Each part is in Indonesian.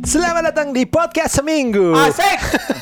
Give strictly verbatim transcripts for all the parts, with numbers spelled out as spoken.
Selamat datang di podcast seminggu. Asik.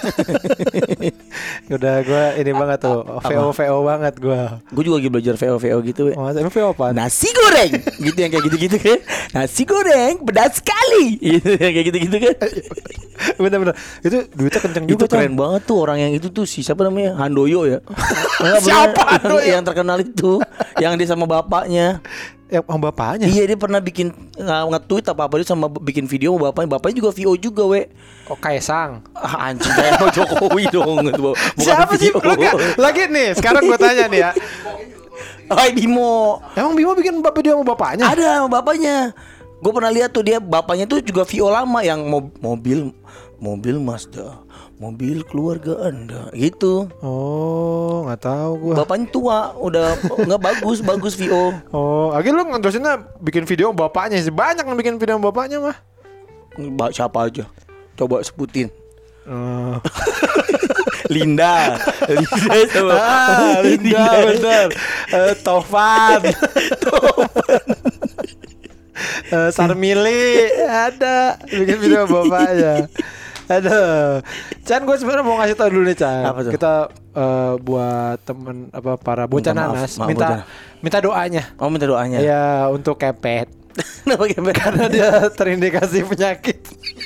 Udah gue ini banget tuh V O V O banget gue. Gue juga lagi belajar V O V O gitu. Oh, emang V O apa? Nasi goreng gitu yang kayak gitu-gitu kan. Nasi goreng pedas sekali. Gitu yang kayak gitu-gitu kan. Bener-bener. Itu duitnya kenceng juga. Itu keren banget tuh orang yang itu tuh si siapa namanya Handoyo ya. Siapa Handoyo? Yang terkenal itu, yang dia sama bapaknya. Ya sama bapaknya. Iya, dia pernah bikin nge-tweet apa apa dia sama bikin video sama bapaknya. Bapaknya juga V O juga, we. Oh, Kaisang. Ah, anjing kayak Jokowi dong. Bukan siapa sih? Lagi nih, sekarang gue tanya nih ya. Hai Bimo. Emang Bimo bikin video sama bapaknya? Ada sama bapaknya. Gue pernah lihat tuh dia bapaknya tuh juga V O lama yang mo- mobil mobil Mazda, mobil keluarga Anda gitu. Oh, nggak tahu gue. Bapaknya tua, udah nggak bagus bagus V O. Oh, lagi lu ngedosinnya bikin video sama bapaknya sih. Banyak yang bikin video sama bapaknya mah. Mbak siapa aja? Coba sebutin. Uh. Linda, Linda sama ah, Linda, bener. Uh, Tovan, Tovan. uh, Sarmili ada bikin video sama bapaknya. Aduh, Chan, gue sebenarnya mau ngasih tau dulu nih, Chan. Kita uh, buat temen apa para bocah nanas maaf, minta bocah. minta doanya. Oh, minta doanya. Ya, untuk Kepet. Kenapa Kepet? Karena dia terindikasi penyakit.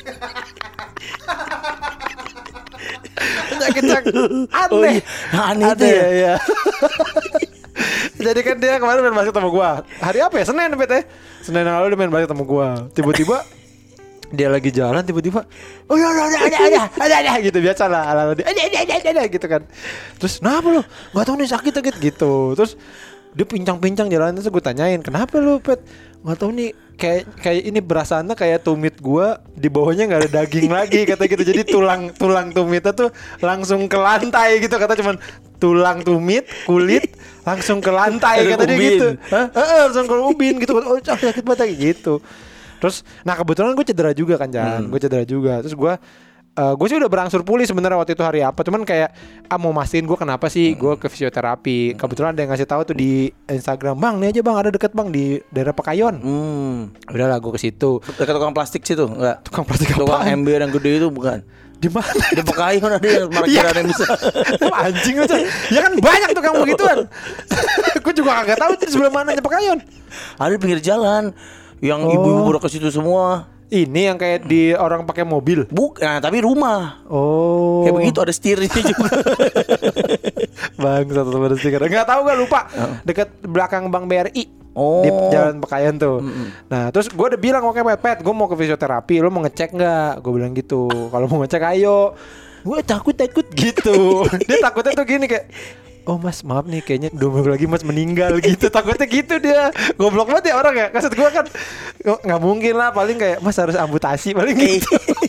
Penyakit yang aneh. Oh, iya. Yang aneh, aneh itu ya. ya. Jadi kan dia kemarin main basket sama gua. Hari apa ya? Senin, Pet ya. Senin yang lalu dia main basket sama gua. Tiba-tiba dia lagi jalan tiba-tiba oh ya ada ada ada ada ada gitu biasa lah ala dia ada ada ada ada gitu kan. Terus kenapa lu? Enggak tahu nih sakit sakit gitu. Terus dia pincang-pincang jalan. Terus gue tanyain kenapa lu, Pet? Nggak tahu nih, kayak kayak ini berasaannya kayak tumit gua di bawahnya nggak ada daging lagi kata gitu. Jadi tulang tulang tumitnya tuh langsung ke lantai gitu, kata cuman tulang tumit kulit langsung ke lantai kata dia gitu. Hah? Eh, langsung ke ubin gitu. Oh sakit banget gitu. Terus, nah kebetulan gue cedera juga kan, Jan. Hmm. Gue cedera juga. Terus gue, uh, gue sih udah berangsur pulih sebenarnya waktu itu hari apa. Cuman kayak, ah mau mastiin gue kenapa sih gue ke fisioterapi. Kebetulan ada yang ngasih tahu tuh di Instagram, bang, nih aja bang, ada deket bang di daerah Pekayon. Hmm. Udahlah gue ke situ. Dekat tukang plastik situ, enggak? Tukang plastik apa? Tukang ember yang gede itu bukan? Di mana? Di Pekayon ada yang parkiran yang bisa. Anjing aja. Ya kan banyak tukang begituan. Gue juga kagak tahu di sebelah mananya Pekayon. Ada di pinggir jalan. Yang oh. ibu-ibu udah ke situ semua. Ini yang kayak di orang pakai mobil. Bukan, nah, tapi rumah. Oh. Kayak begitu ada setirnya juga. Bang, satu ada stiker. Enggak tahu gak lupa. Oh. Dekat belakang Bank B R I. Oh. Di Jalan Pekayon tuh. Mm-hmm. Nah, terus gue udah bilang oke, Pet, Pet, gue mau ke fisioterapi, lo mau ngecek nggak? Gue bilang gitu. Kalau mau ngecek ayo. Gue takut takut gitu. Dia takutnya tuh gini kayak, oh mas maaf nih kayaknya dua minggu lagi mas meninggal gitu. Takutnya gitu dia. Goblok banget ya orang ya. Maksud gue kan gak mungkin lah. Paling kayak mas harus amputasi paling gitu.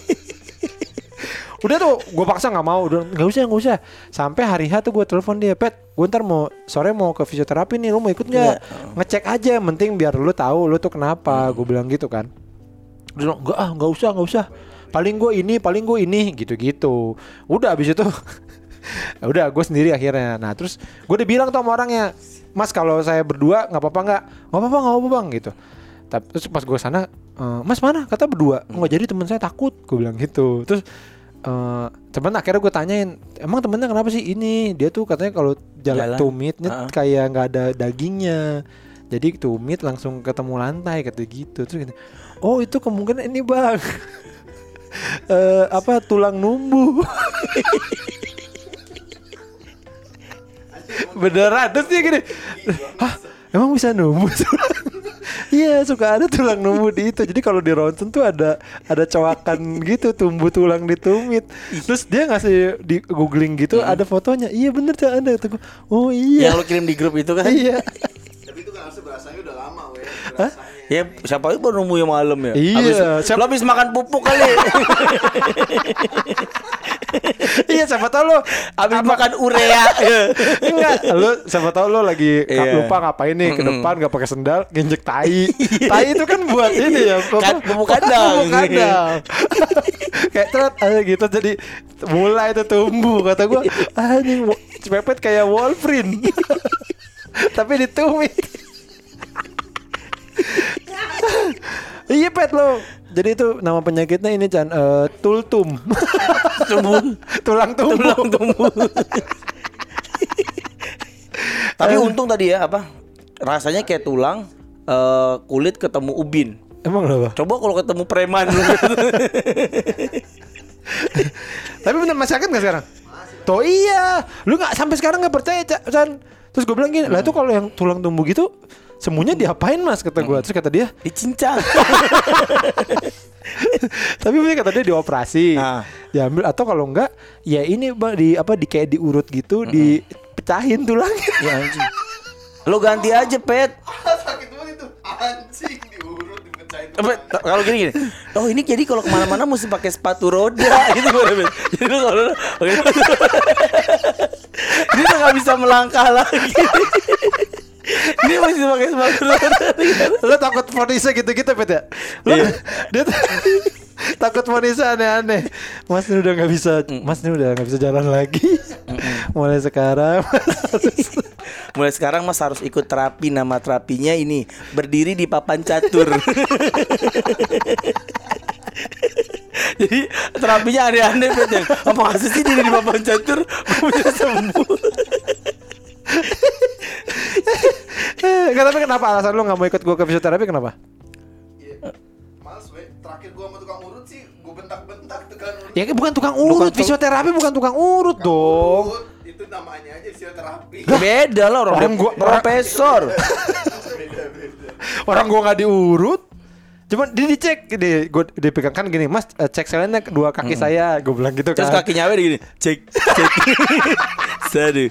Udah tuh gue paksa gak mau. Udah gak usah gak usah. Sampai hari H tuh gue telepon dia, Pet, gue ntar mau sore mau ke fisioterapi nih, lu mau ikut gak? Yeah. Ngecek aja, penting biar lu tahu lu tuh kenapa. hmm. Gue bilang gitu kan. Dia bilang enggak ah gak usah gak usah. Paling gue ini paling gue ini gitu-gitu. Udah abis itu udah gue sendiri akhirnya. Nah terus gue udah bilang tuh sama orangnya, mas kalau saya berdua nggak apa-apa nggak nggak apa-apa nggak apa-apa bang gitu. Tapi terus pas gue sana, e, mas mana? Kata berdua. Nggak jadi teman saya takut. Gue bilang gitu. Terus uh, temen akhirnya gue tanyain, emang temennya kenapa sih ini? Dia tuh katanya kalau jalan, jalan. tumitnya uh-huh. kayak nggak ada dagingnya. Jadi tumit langsung ketemu lantai kata gitu. Terus gitu, oh itu kemungkinan ini bang. uh, apa tulang numbuh. Beneran. Terus dia gini, hah emang bisa numbuh? Iya suka ada tulang numbuh di itu. Jadi kalau di ronsen tuh ada ada cowakan gitu, tumbuh tulang di tumit. Terus dia ngasih di googling gitu, hmm. ada fotonya. Iya bener tuh ada. Oh iya. Yang lo kirim di grup itu kan? Iya. Tapi itu kan harusnya berasanya udah lama weh. Hah? Ya siapa itu baru nemu yang malam ya? Iya. Habis, siapa... lo habis makan pupuk kali. Iya siapa tahu lo habis apa... makan urea. Enggak, lo siapa tahu lo lagi yeah. lupa ngapain nih ke depan nggak pakai sendal, nginjek tai. Tai itu kan buat ini ya, kan pupuk kandang. Pupuk kandang. Kayak tret aja gitu, jadi mulai itu tumbuh. Kata gue, anjing Pepet kayak Wolverine. Tapi ditumit. Iya Pet lo Jadi itu nama penyakitnya ini Chan, uh, tultum. Tumbuh. Tulang tumbuh. Tulang tumbuh. Tapi untung tadi ya apa? Rasanya kayak tulang uh, kulit ketemu ubin. Emang kenapa? Coba kalau ketemu preman. Tapi bener masih sakit nggak sekarang? Tuh iya, lu nggak sampai sekarang nggak percaya Chan. Terus gue bilang gini, lah itu kalau yang tulang tumbuh gitu semuanya diapain mas kata gue. Terus kata dia Dicincang. tapi mungkin kata dia dioperasi, Nah. diambil atau kalau enggak ya ini bang di apa di kayak diurut gitu, mm-hmm. dipecahin tulangnya. Ya anjing. Lo ganti aja pet. Sakit banget itu. Anjing diurut dipecahin. Pet, kalau gini gini. Oh ini jadi kalau kemana-mana mesti pakai sepatu roda gitu gimana pet? Jadi lo kalau dia tuh nggak bisa melangkah lagi. Dia masih pakai sepatu roda. Lo takut fonisnya gitu-gitu pet ya? Lo, Iya. dia tuh takut fonisnya aneh-aneh. Mas ini udah nggak bisa, Mas ini udah nggak bisa jalan lagi. Mulai sekarang. Mulai sekarang Mas harus ikut terapi. Nama terapinya ini berdiri di papan catur. Jadi terapinya aneh-aneh pet ya. Apa nggak sih diri di papan catur bisa sembuh? Enggak, tapi kenapa alasan lu gak mau ikut gue ke fisioterapi kenapa? Iya. Males we. Terakhir gua sama tukang urut sih gua bentak-bentak tukang urut. Ya bukan tukang urut, Bukan fisioterapi bukan tukang urut dong. Urut, itu namanya aja fisioterapi. Beda lah orang, Orang gua- profesor. Beda-beda. Orang gua gak diurut. Cuman dia dicek, dia, gua dipegang kan gini, Mas eh, cek selennya kedua kaki saya, gue bilang gitu kan. Terus kakinya apa gini? Cek, cek. Sadu.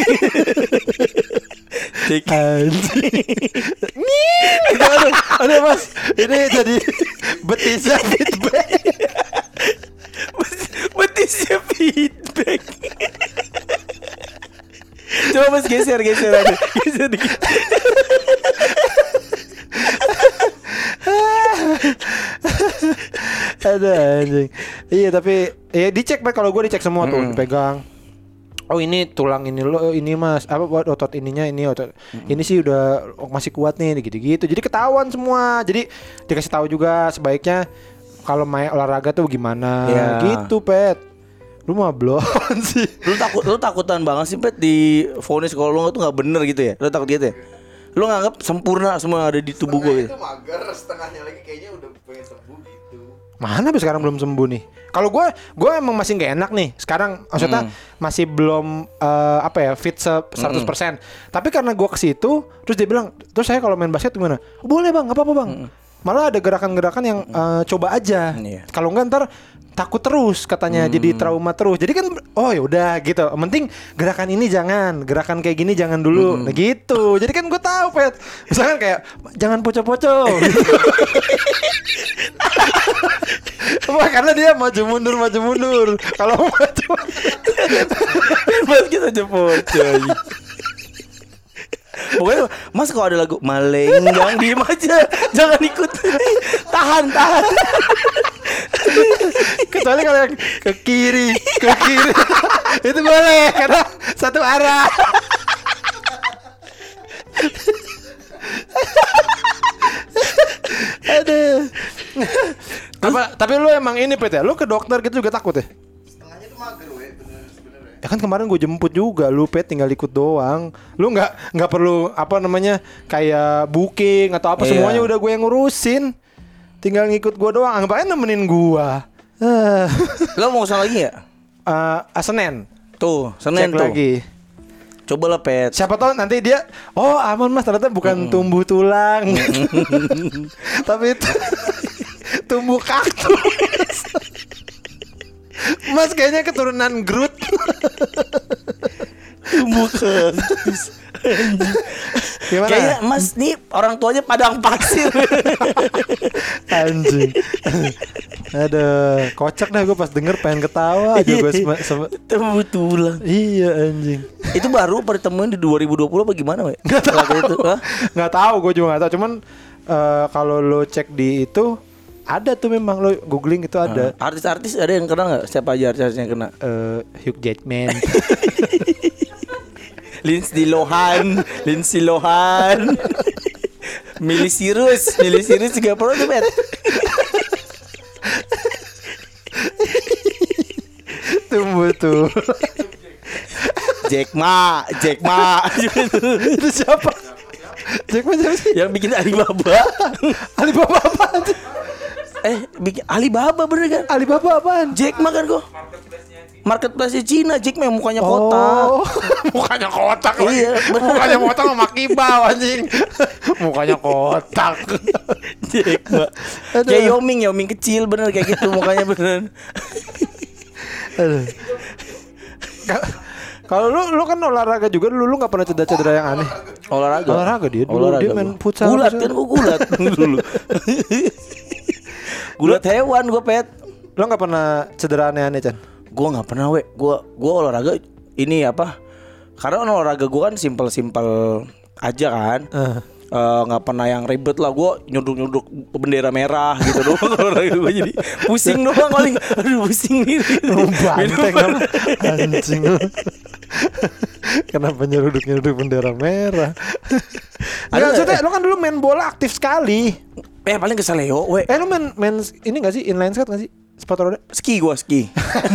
Cek. Anjing. Nih, aduh, aduh mas, ini jadi betisnya feedback. Betisnya feedback. Coba mas geser, geser aja. Geser dikit. Ada anjing. Iya tapi ya dicek Pak, kalau gue dicek semua tuh, Mm. dipegang. Oh ini tulang ini lo ini mas apa buat otot ininya ini otot ini sih udah masih kuat nih gitu-gitu. Jadi ketahuan semua. Jadi dikasih tahu juga sebaiknya kalau main olahraga tuh gimana Ya. gitu pet. Lu mah blon sih. Lu takut, lu takutan banget sih pet di vonis kalau lu tuh nggak bener gitu ya? Lu takut gitu ya? Lu nganggap sempurna semua ada di tubuh gue gitu? Itu mager, setengahnya lagi kayaknya udah pengen sembuh gitu. Mana sampai sekarang belum sembuh nih. Kalau gue, gue emang masih nggak enak nih. Sekarang maksudnya masih belum eh, apa ya fit se- seratus persen. Tapi karena gue ke situ, terus dia bilang, terus saya kalau main basket gimana? Boleh bang, nggak apa-apa bang. Malah ada gerakan-gerakan yang eh, coba aja. Iya. Kalau nggak ntar takut terus katanya, jadi trauma terus. Jadi kan, oh ya udah gitu. Yang penting gerakan ini jangan, gerakan kayak gini jangan dulu. Nah gitu. Jadi kan gue tahu pet. Misalkan kayak jangan poco-poco. Wah, karena dia maju mundur maju mundur. Kalau maju Mas kita jemput coy. Pokoknya mas kalau ada lagu Malenggang diem aja, jangan ikut. Tahan, tahan. kecuali kalau yang ke kiri, ke kiri itu boleh karena satu arah. Aduh. Apa? Tapi lu emang ini pet ya? Lu ke dokter gitu juga takut ya? Setengahnya tuh mager we, bener sebenernya. Ya kan kemarin gue jemput juga, lu pet tinggal ikut doang. Lu nggak nggak perlu apa namanya kayak booking atau apa, Iya. semuanya udah gue yang ngurusin. Tinggal ngikut gue doang, anggap aja nemenin gue. Uh, Lo mau kesana lagi ya? uh, Senin, Tuh, Senin cek tuh. lagi. Coba lah pet. Siapa tahu nanti dia, oh aman mas, ternyata bukan tumbuh tulang, tapi itu tumbuh kaktus. Mas kayaknya keturunan Groot. Tumbuh kaktus. Gimana? Kayaknya mas nih orang tuanya padang pasir. Anjing. Aduh, kocak dah gue pas denger pengen ketawa aja gue sama, sama... Tumbuh tulang. Iya anjing. Itu baru pertemuan di dua ribu dua puluh apa gimana, we? Nggak tahu. Lagu itu, hah? Nggak tahu, gue juga nggak tahu. Cuman eh, kalau lo cek di itu ada tuh, memang lo googling itu ada. Artis-artis ada yang kena nggak? Siapa aja artis yang kena? Eh, Hugh Jackman. Lindsay Lohan, Lindsay Lohan, Miley Cyrus, Miley Cyrus juga pernah tuh pet. Tumbuh tuh. Jack Ma, Jack Ma. Itu siapa? Jack Ma siapa sih? Yang bikin Alibaba. Alibaba apaan? Eh, bikin Alibaba bener kan? Alibaba apaan? Jack Ma kan kok? Marketplace Cina, Jack Ma yang mukanya kotak. Oh, mukanya kotak. Iya, bener. Mukanya kotak sama kibau anjing. Mukanya kotak. Jack Ma. Kayak Yoming, Yoming kecil bener kayak gitu mukanya bener. Aduh. Ka- Kalau lu lu kan olahraga juga dulu, lu enggak pernah cedera-cedera yang aneh. Olahraga. Olahraga dia dulu Olahraga dia main gua. futsal. Gulat futsal. kan gua gulat dulu. Gulat hewan gua, Pet. Lu enggak pernah cedera aneh-aneh, Chan? Gua nggak pernah, we. Gua gua olahraga ini apa? Karena olahraga gua kan simpel-simpel aja kan. Uh. nggak uh, pernah yang ribet lah. Gue nyuduk-nyuduk bendera merah gitu doang. Olahraga gue jadi pusing doang paling. Aduh pusing nih. Banteng apa? Anjing lu. Kenapa nyeruduk-nyeruduk bendera merah? Ada Ada maksudnya eh. lu kan dulu main bola aktif sekali. Eh paling ke Saleo, we. Eh lu main main ini enggak sih inline skate enggak sih? Sepatu roda? Ski gua ski.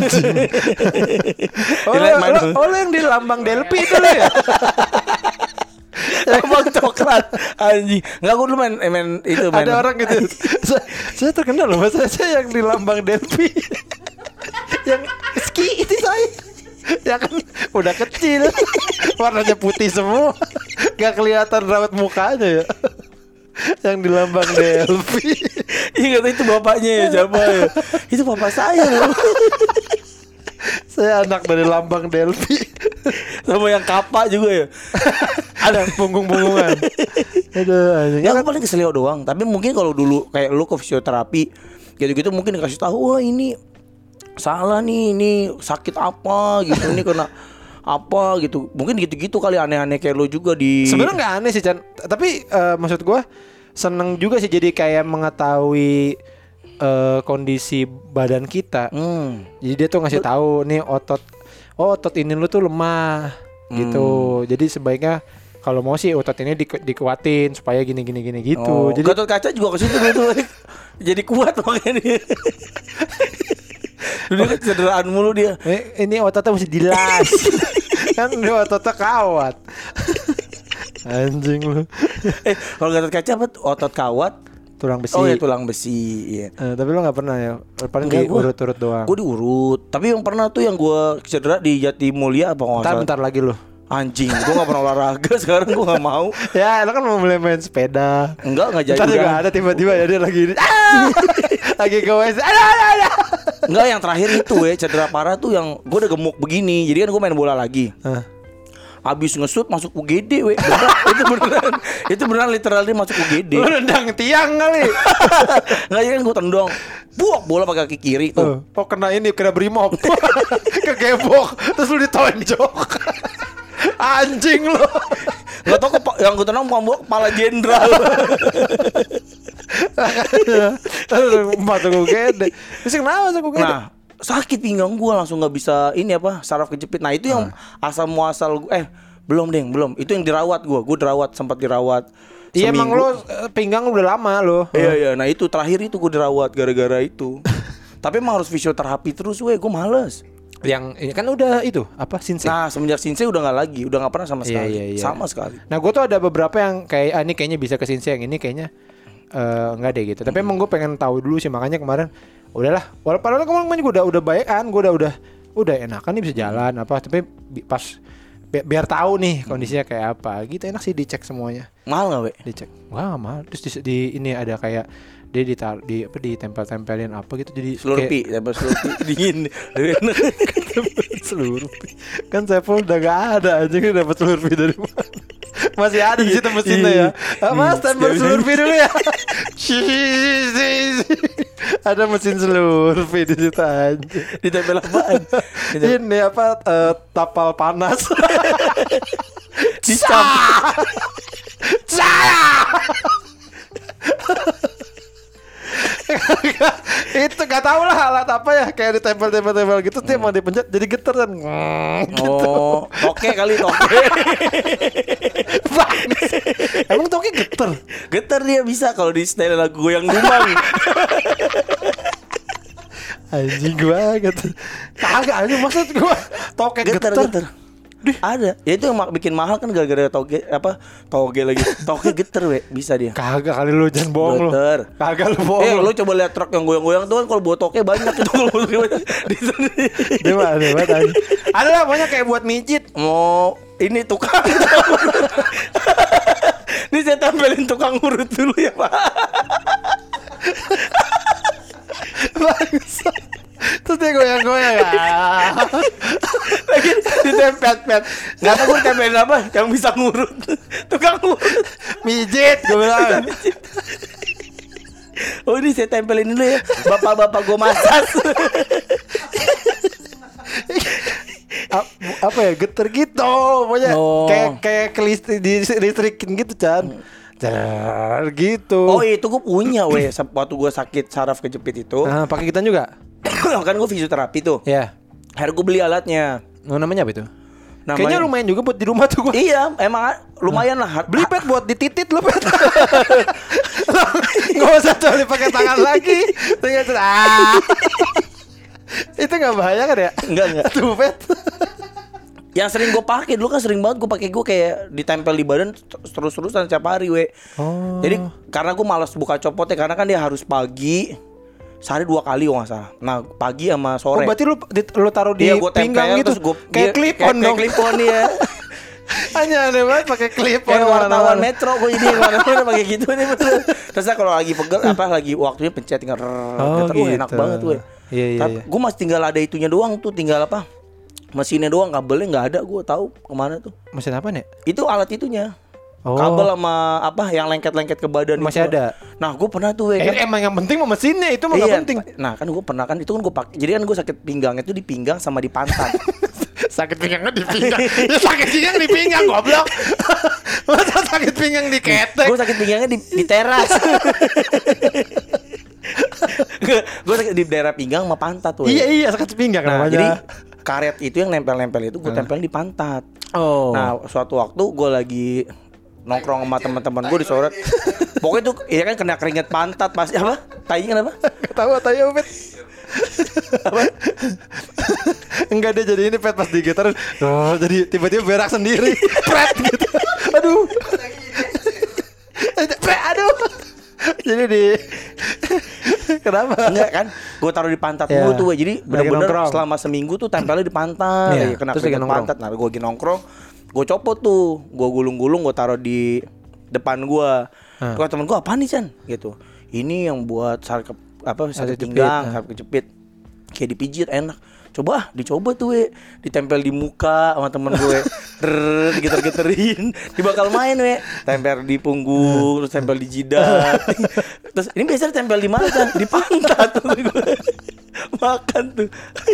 Oh, Inline mana? lo, oh, lo yang di Lambang Delpi itu lo ya? Lambang coklat anjing. Enggak gua dulu main eh, main itu main. Ada orang gitu. saya, saya terkenal loh, masa saya yang di Lambang Delpi. Yang ski itu saya. Ya kan udah kecil. Warnanya putih semua. Gak kelihatan raut mukanya ya. Yang di Lambang Delpi. Iya kata itu bapaknya ya, siapa ya? Itu bapak saya loh. Saya anak dari Lambang Delpi. Sama yang kapak juga ya. Ada punggung-punggungan. Aduh, anjing. Ya aku paling keselio doang. Tapi mungkin kalau dulu kayak lu ke fisioterapi gitu-gitu mungkin dikasih tahu, wah ini salah nih, ini sakit apa gitu, ini kena apa gitu. Mungkin gitu-gitu kali aneh-aneh kayak lu juga di. Sebenarnya nggak aneh sih Chan. Tapi uh, maksud gue seneng juga sih jadi kayak mengetahui uh, kondisi badan kita. Hmm. Jadi dia tuh ngasih tahu nih otot, oh otot ini lu tuh lemah gitu. Hmm. Jadi sebaiknya kalau mau sih otot ini di, dikuatin supaya gini gini gini gitu. Oh, Jadi Gatot Kaca juga ke situ gitu. Jadi kuat makanya dia. Dulu kan cederaan mulu dia. eh, ini ototnya mesti dilas. Kan dia ototnya kawat. Anjing lu. Eh, kalau Gatot Kaca apa? Otot kawat, Tulang besi. oh ya tulang besi, iya. Eh, tapi lu nggak pernah ya? Paling Enggak, gua- diurut-urut doang. Gue diurut. Tapi yang pernah tuh yang gue cedera di Jatimulya apa nggak Bentar salah. bentar lagi lu. Anjing, gue gak pernah olahraga. Sekarang gue gak mau. Ya, lo kan mau mulai main sepeda. Enggak, gak jadi. Ntar juga ada tiba-tiba ya dia lagi ah! lagi ke W C. Ada, ada, ada. Enggak, yang terakhir itu we, cedera parah tuh yang gue udah gemuk begini. Jadi kan gue main bola lagi. Hah. Abis nge-shoot masuk U G D we. Beneran, itu beneran. Itu beneran literally masuk U G D. Lo nendang tiang kali. Enggak, jadi kan gue tendang. Buak bola pakai kaki kiri tuh. Oh, kena ini, kena brimob. Kegebok. Terus lu ditonjok. Anjing lo. Enggak tau kok yang gue tendang bukan kepala jenderal. Masuk U G D. Terus kenapa masuk U G D? Nah, sakit pinggang gue langsung nggak bisa ini apa saraf kejepit. Nah itu yang asal muasal gu- eh belum deh belum itu yang dirawat gue gue dirawat sempat dirawat Iya emang seminggu. lo eh, pinggang udah lama lo. Iya iya nah itu terakhir itu gue dirawat gara-gara itu. Tapi emang harus fisioterapi terus weh gue males. Yang ini kan udah itu apa Shinsei. Nah semenjak Shinsei udah nggak lagi udah nggak pernah sama Iya, sekali iya, iya. sama sekali. Nah gue tuh ada beberapa yang kayak ah, ini kayaknya bisa ke Shinsei, yang ini kayaknya eh, enggak deh gitu. Tapi emang gue pengen tahu dulu sih, makanya kemarin udahlah. Walaupun padahal kemarin gue udah udah baikan, gue udah udah udah enakan nih bisa jalan apa. Tapi bi- pas bi- biar tahu nih kondisinya kayak apa. Gitu enak sih dicek semuanya. Mahal nggak weh? Dicek. Wah mahal. Terus di, di ini ada kayak dia ditar di apa ditempel-tempelin apa gitu jadi Slurpee dapat Slurpee dingin. Slurpee. Kan Saiful udah gak ada aja kan dapat Slurpee dari mana? Masih ada di situ mesinnya ya. Ah, Mas, tempel Slurpee dulu ya. Ada mesin Slurpee di situ aja. Ditempel apaan? Ini apa eh, tapal panas. Dicap. Itu gak tau lah alat apa ya, kayak ditempel-tempel-tempel gitu dia mau dipencet jadi geter kan. Oh, toke kali toke. Emang toke geter? Getar dia bisa kalau di style lagu goyang dumang. Anjing banget. Kagak anjing maksud gua toke Getar getar. getar. Ada. Ya itu yang ma- bikin mahal kan gara-gara toge apa? Toge lagi. Toge getar we, bisa dia. Kagak kali lu jangan bohong lu. Getar. Kagak lu bohong. Eh, lu. lu coba lihat truk yang goyang-goyang tuh kan kalau buat toke banyak itu kalau buat toke banyak. Di sana. Dewa, dewa tadi. Ada lah pokoknya kayak buat mijit. Mau ini tukang. Ini saya tampilin tukang urut dulu ya, Pak. Bangsat. Terus dia goyang-goyang ya. Lagi ditempel-tempel. Enggak tahu gue tempelin apa yang bisa ngurut. Tukang ngurut. Mijit gue bilang. Oh ini saya tempelin dulu ya. Bapak-bapak gue masas. A- apa ya geter gitu pokoknya Oh. kayak kayak kelistrik di listrikin gitu Chan. Jar gitu. Oh itu gue punya weh. Waktu gue sakit saraf kejepit itu. Nah, pakai kita juga. Kan gue fisioterapi tuh. Ya. Akhirnya gue beli alatnya. Oh, namanya apa itu? Namanya- Kayaknya lumayan juga buat di rumah tuh gua. Iya emang lumayan lah. Beli pet buat dititit lu pet. Nggak usah coba pakai tangan lagi. Tinggal cet- ah. Itu nggak bahaya kan ya? Enggak enggak. Tuh pet. Yang sering gue pakai dulu kan sering banget gue pakai gue kayak ditempel di badan terus-terusan setiap hari we. Oh. Jadi karena gue malas buka copotnya karena kan dia harus pagi sehari dua kali oh nggak salah. Nah pagi sama Oh, sore. berarti lu di, lu taruh di Iya, gua pinggang tempel, gitu. terus gua- Kayak iya, clip on kayak- dong. kayak clip on ya. Hanya aneh banget pakai clip on. Kayak wartawan kemana-mana. Metro gue jadi mana-mana pakai gitu nih betul. Terus kalau lagi pegel apa lagi waktunya pencet tinggal rrrr, Oh, gitu. Wah, enak gitu. banget gue. Iya, iya, iya. Gue masih tinggal ada itunya doang tuh, tinggal apa? Mesinnya doang, kabelnya nggak ada. Gue tahu kemana tuh. Mesin apa nih? Itu alat itunya. Oh. Kabel sama apa yang lengket-lengket ke badan Masih itu. ada? Nah, gue pernah tuh we, Eh, kan. emang yang penting mah mesinnya itu mah nggak Iya, penting. Nah, kan gue pernah kan itu kan gue pakai. Jadi kan gue sakit pinggangnya tuh di pinggang sama di pantat. Sakit pinggangnya di pinggang. Ya sakit pinggang di pinggang goblok. Masa sakit pinggang di ketek? Gue sakit pinggangnya di, di teras. Gue sakit di daerah pinggang sama pantat tuh. Iya iya sakit pinggang Nah, namanya. jadi karet itu yang nempel-nempel itu gue tempelin di pantat. Oh. Nah, suatu waktu gue lagi nongkrong sama teman-teman gue di Soret. Pokoknya tuh iya kan kena keringet pantat pasti apa? Tainya kenapa? Gak tahu tanya pet. Apa? Enggak dia jadi ini pet pas digitar. Oh, jadi tiba-tiba berak sendiri. Pret gitu. Aduh. Pret aduh. Jadi di kenapa? Enggak kan? Gue taruh di pantat Ya. dulu tuh. we. Jadi Lagi benar-benar nongkrong. selama seminggu tuh tempelnya di pantat. Iya, Ya, kena terus lagi keringet nongkrong. pantat. Nah, gue lagi nongkrong. Gue copot tuh. Gue gulung-gulung. Gue taruh di depan gue. Hmm. Tuh temen gue apaan nih Chan? Gitu. Ini yang buat saraf apa sakit Sakit pinggang, jepit, saraf kejepit. Kayak dipijit enak. Coba ah, dicoba tuh we. Ditempel di muka sama temen gue. Drrrr, digeter-geterin. Dibakal main we. Tempel di punggung, terus tempel di jidat. Terus ini biasanya tempel di mana kan? Di pantat tuh gue. Makan tuh.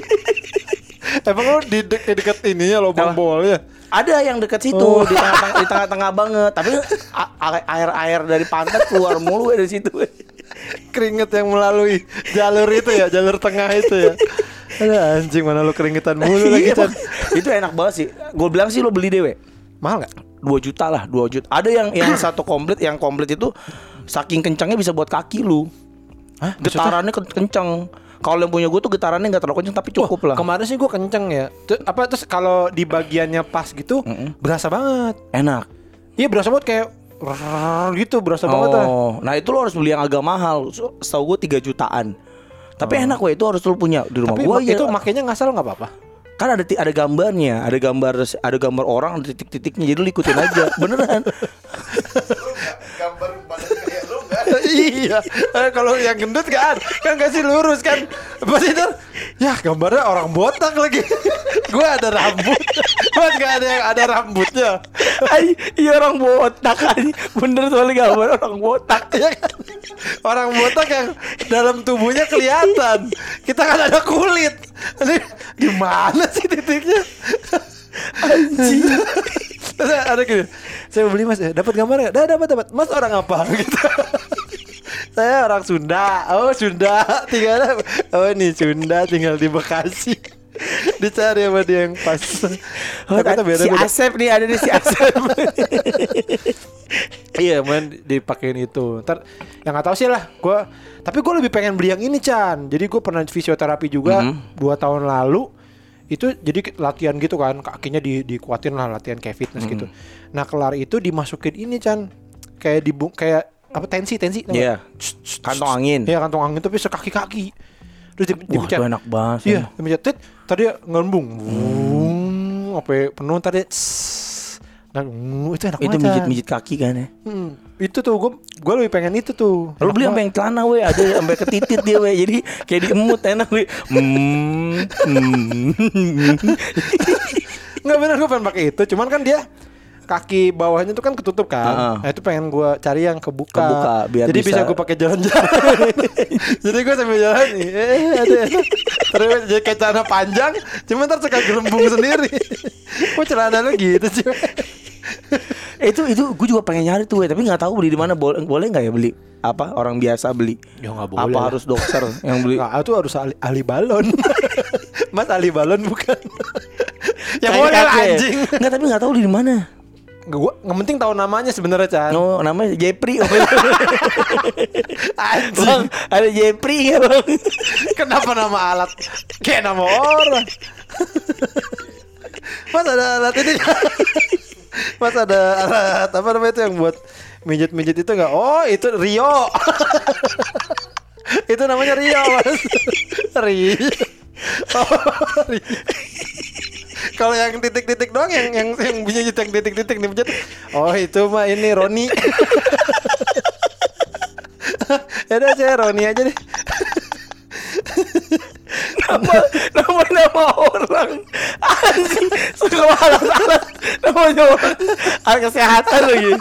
Emang lu di de- dekat ininya lubang Apa? bolnya? Ada yang dekat situ Oh. di tengah-tengah di tengah-tengah banget. Tapi a- a- air-air dari pantat keluar mulu we dari situ. we. Keringet yang melalui jalur itu ya, jalur tengah itu ya. Ada anjing mana lu keringetan mulu lagi Iya, Chan. Bang. Itu enak banget sih. Gue bilang sih lo beli deh we. Mahal gak? dua juta lah, dua juta. Ada yang yang satu komplit, yang komplit itu saking kencangnya bisa buat kaki lu. Hah? Maksudnya? Getarannya ke- kencang. Kalau yang punya gue tuh getarannya nggak terlalu kencang tapi cukup lah. Kemarin sih gue kenceng ya. Tuh, apa terus kalau di bagiannya pas gitu berasa banget. Enak. Iya berasa banget kayak rrrr gitu berasa banget ah. Oh, nah itu lo harus beli yang agak mahal. So- Setahu gue tiga jutaan. Tapi enak weh, itu harus lo punya di rumah Tapi gue. ma- itu makainya ngasal nggak apa-apa. Kan ada ti- ada gambarnya, ada gambar ada gambar orang, ada titik-titiknya. Jadi lo ikutin aja, beneran. Lu nggak gambar badan kayak lu nggak? Iya, eh, kalau yang gendut kan kan kasih lurus kan. Pas itu, ya gambarnya orang botak lagi. Gue ada rambut, gue nggak ada yang ada rambutnya. Ay, iya orang botak aja. Bener soalnya gambar orang botak. Iya kan? Orang botak yang dalam tubuhnya kelihatan. Kita kan ada kulit. Ini gimana sih titiknya? Anjing. Terus ada gini, saya mau beli mas, eh, dapat gambar nggak? Dah dapat dapat. Mas orang apa? Gitu. Saya orang Sunda. Oh Sunda, tinggal oh ini Sunda tinggal di Bekasi. Dicari sama dia yang pas. Oh, Tapi kita beda si beda. Asep nih, ada nih si Asep. Iya, main dipakein itu. Ntar yang nggak tahu sih lah. Gue, tapi gue lebih pengen beli yang ini Chan. Jadi gue pernah fisioterapi juga Mhm. dua tahun lalu. Itu jadi latihan gitu kan, kakinya di dikuatin lah latihan kayak fitness gitu. Nah kelar itu dimasukin ini Chan, kayak di kayak apa tensi tensi. tau Iya. nggak? Kantong angin. Iya kantong angin tapi sekaki-kaki. Terus di, Wah, dipencet. itu enak banget. Iya, dipencet. Tit, tadi ngelembung. Bung, apa penuh tadi. Dan uh, itu enak Itu banget. mijit-mijit kaki kan ya. Hmm, itu tuh gue gue lebih pengen itu tuh. Lu Enak beli banget. sampai yang celana we, ada sampai ke titit dia we. Jadi kayak diemut enak we. Hmm. hmm. Nggak bener gue pengen pakai itu. Cuman kan dia kaki bawahnya tuh kan ketutup kan. Uh-uh. Nah itu pengen gue cari yang kebuka. Kebuka, biar Jadi bisa, bisa gue pakai jalan-jalan. Jadi gue sambil jalan nih. Eh ada. Terus jadi kayak celana panjang. Cuman ntar suka gelembung sendiri. Kok celana lu gitu sih? Eh, itu itu gue juga pengen nyari tuh we, tapi nggak tahu beli di mana. Boleh boleh nggak ya beli? Apa orang biasa beli? Ya nggak Apa harus dokter yang beli? Nah, itu harus ahli, ahli balon. Mas ahli balon bukan? Ya Kayak boleh lah kakek. anjing. Nggak, tapi nggak tahu beli di mana. Gue nggak penting tahu namanya sebenarnya Chan. Oh, namanya Jepri. Anjing. Bang, ada Jepri ya bang. Kenapa nama alat kayak nama orang? Mas ada alat ini. Mas ada alat apa namanya itu yang buat mijit-mijit itu nggak? Oh itu Rio. Itu namanya Rio Mas. Rio. Oh, Rio. Kalau yang titik-titik doang yang yang yang punya yang titik-titik nih pencet. Oh itu mah ini Roni. Ya udah saya Roni aja deh. Nama nama nama orang. Anjing, suka alat-alat namanya orang. Alat kesehatan lagi.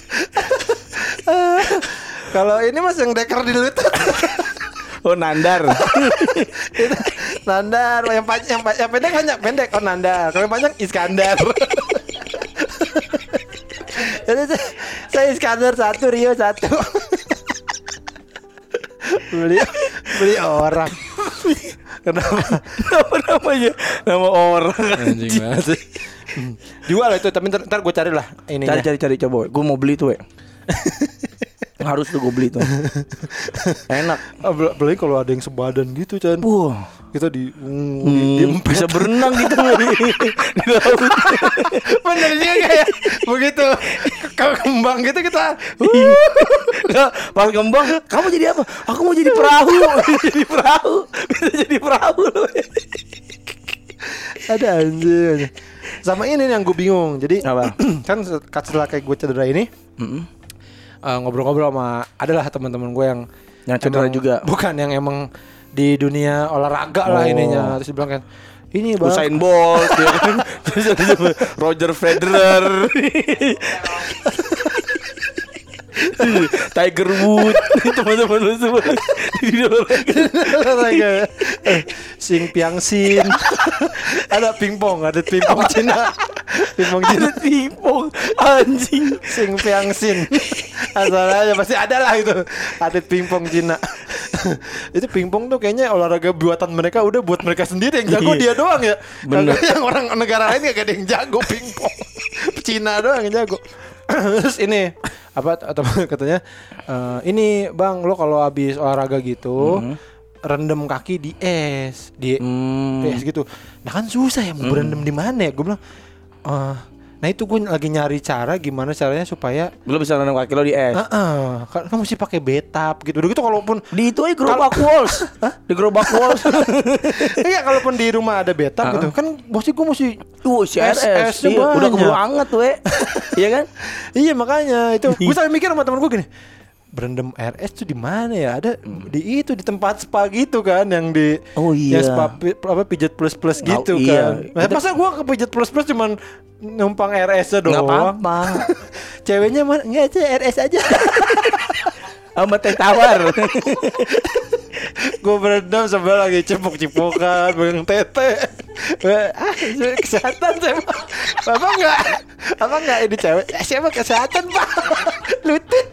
Kalau ini mas yang deker di lutut. Oh Nandar. Itu Nandar yang panjang yang, pa- yang pendek banyak pendek oh Nandar. Kalau yang panjang Iskandar. Jadi saya, saya Iskandar satu Rio satu. beli beli orang. Kenapa? Nama namanya nama orang. Anjing banget sih. Jual lah itu tapi ntar, ntar gue cari lah ini. Cari cari cari coba. Gue mau beli tuh we. Harus tuh gue beli tuh. Enak. Apalagi kalau ada yang sebadan gitu Chan. Wah. Kita di mm, Hmm, di, di bisa berenang gitu di, di laut. Bener juga kayak begitu kalau kembang gitu kita Nggak, pas kembang, kamu jadi apa? Aku mau jadi perahu. Jadi perahu. Bisa jadi perahu loh. ada anjing. Sama ini nih yang gue bingung. Jadi Apa? kan setelah kayak gue cedera ini Mm-mm. uh, ngobrol-ngobrol sama adalah teman-teman gue yang Yang cedera emang- juga. bukan yang emang di dunia olahraga lah Oh. ininya. Terus dia bilang kan ini bang Usain Bolt ya kan? Terus ada Roger Federer. Tiger Woods. Teman-teman lu semua di olahraga. olahraga. Eh, Sing Piang Sin. Ada pingpong, ada pingpong Cina. Pingpong Cina. Ada tipong anjing. Sing Piang Sin. Asal aja pasti ada lah itu. Atlet pingpong Cina. Itu pingpong tuh kayaknya olahraga buatan mereka udah buat mereka sendiri yang jago Iya. dia doang ya. Bener. Kagak yang orang negara lain gak ada yang jago pingpong. Cina doang yang jago. Terus ini apa atau katanya eh, ini Bang lo kalau habis olahraga gitu rendem kaki di es di Hmm. di es gitu. Nah kan susah ya mau berendam di mana ya? Gue bilang eh, nah itu gue lagi nyari cara gimana caranya supaya Lu bisa nanam kaki lo di es. Heeh, kan kan mesti pakai betap gitu. Udah gitu kalaupun Di itu aja gerobak walls. Di gerobak walls. iya kalaupun di rumah ada betap gitu, kan pasti gue mesti Tuh si R S, Es-esnya iya, udah banyak. keburu anget tuh, we. Iya kan? iya makanya itu gue sampai mikir sama temen gue gini, berendam R S tuh di mana ya? Ada di itu di tempat spa gitu kan yang di Oh, iya. yang spa pi- apa pijat plus plus Oh, gitu iya. kan. Nah, Itu- masa gue ke pijat plus plus cuman numpang R S-nya Nggak doang. apa-apa. Ceweknya mana? Enggak aja R S aja. Sama teh tawar. Gue berendam sambil lagi cepuk-cepukan pegang tete. Ah, itu kesehatan saya Pak. Bapak enggak? Apa enggak ini cewek? Eh, siapa kesehatan Pak? Lutut.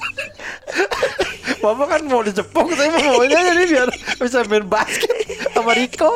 Bapak kan mau dicepuk, saya mau maunya jadi biar bisa main basket sama Riko.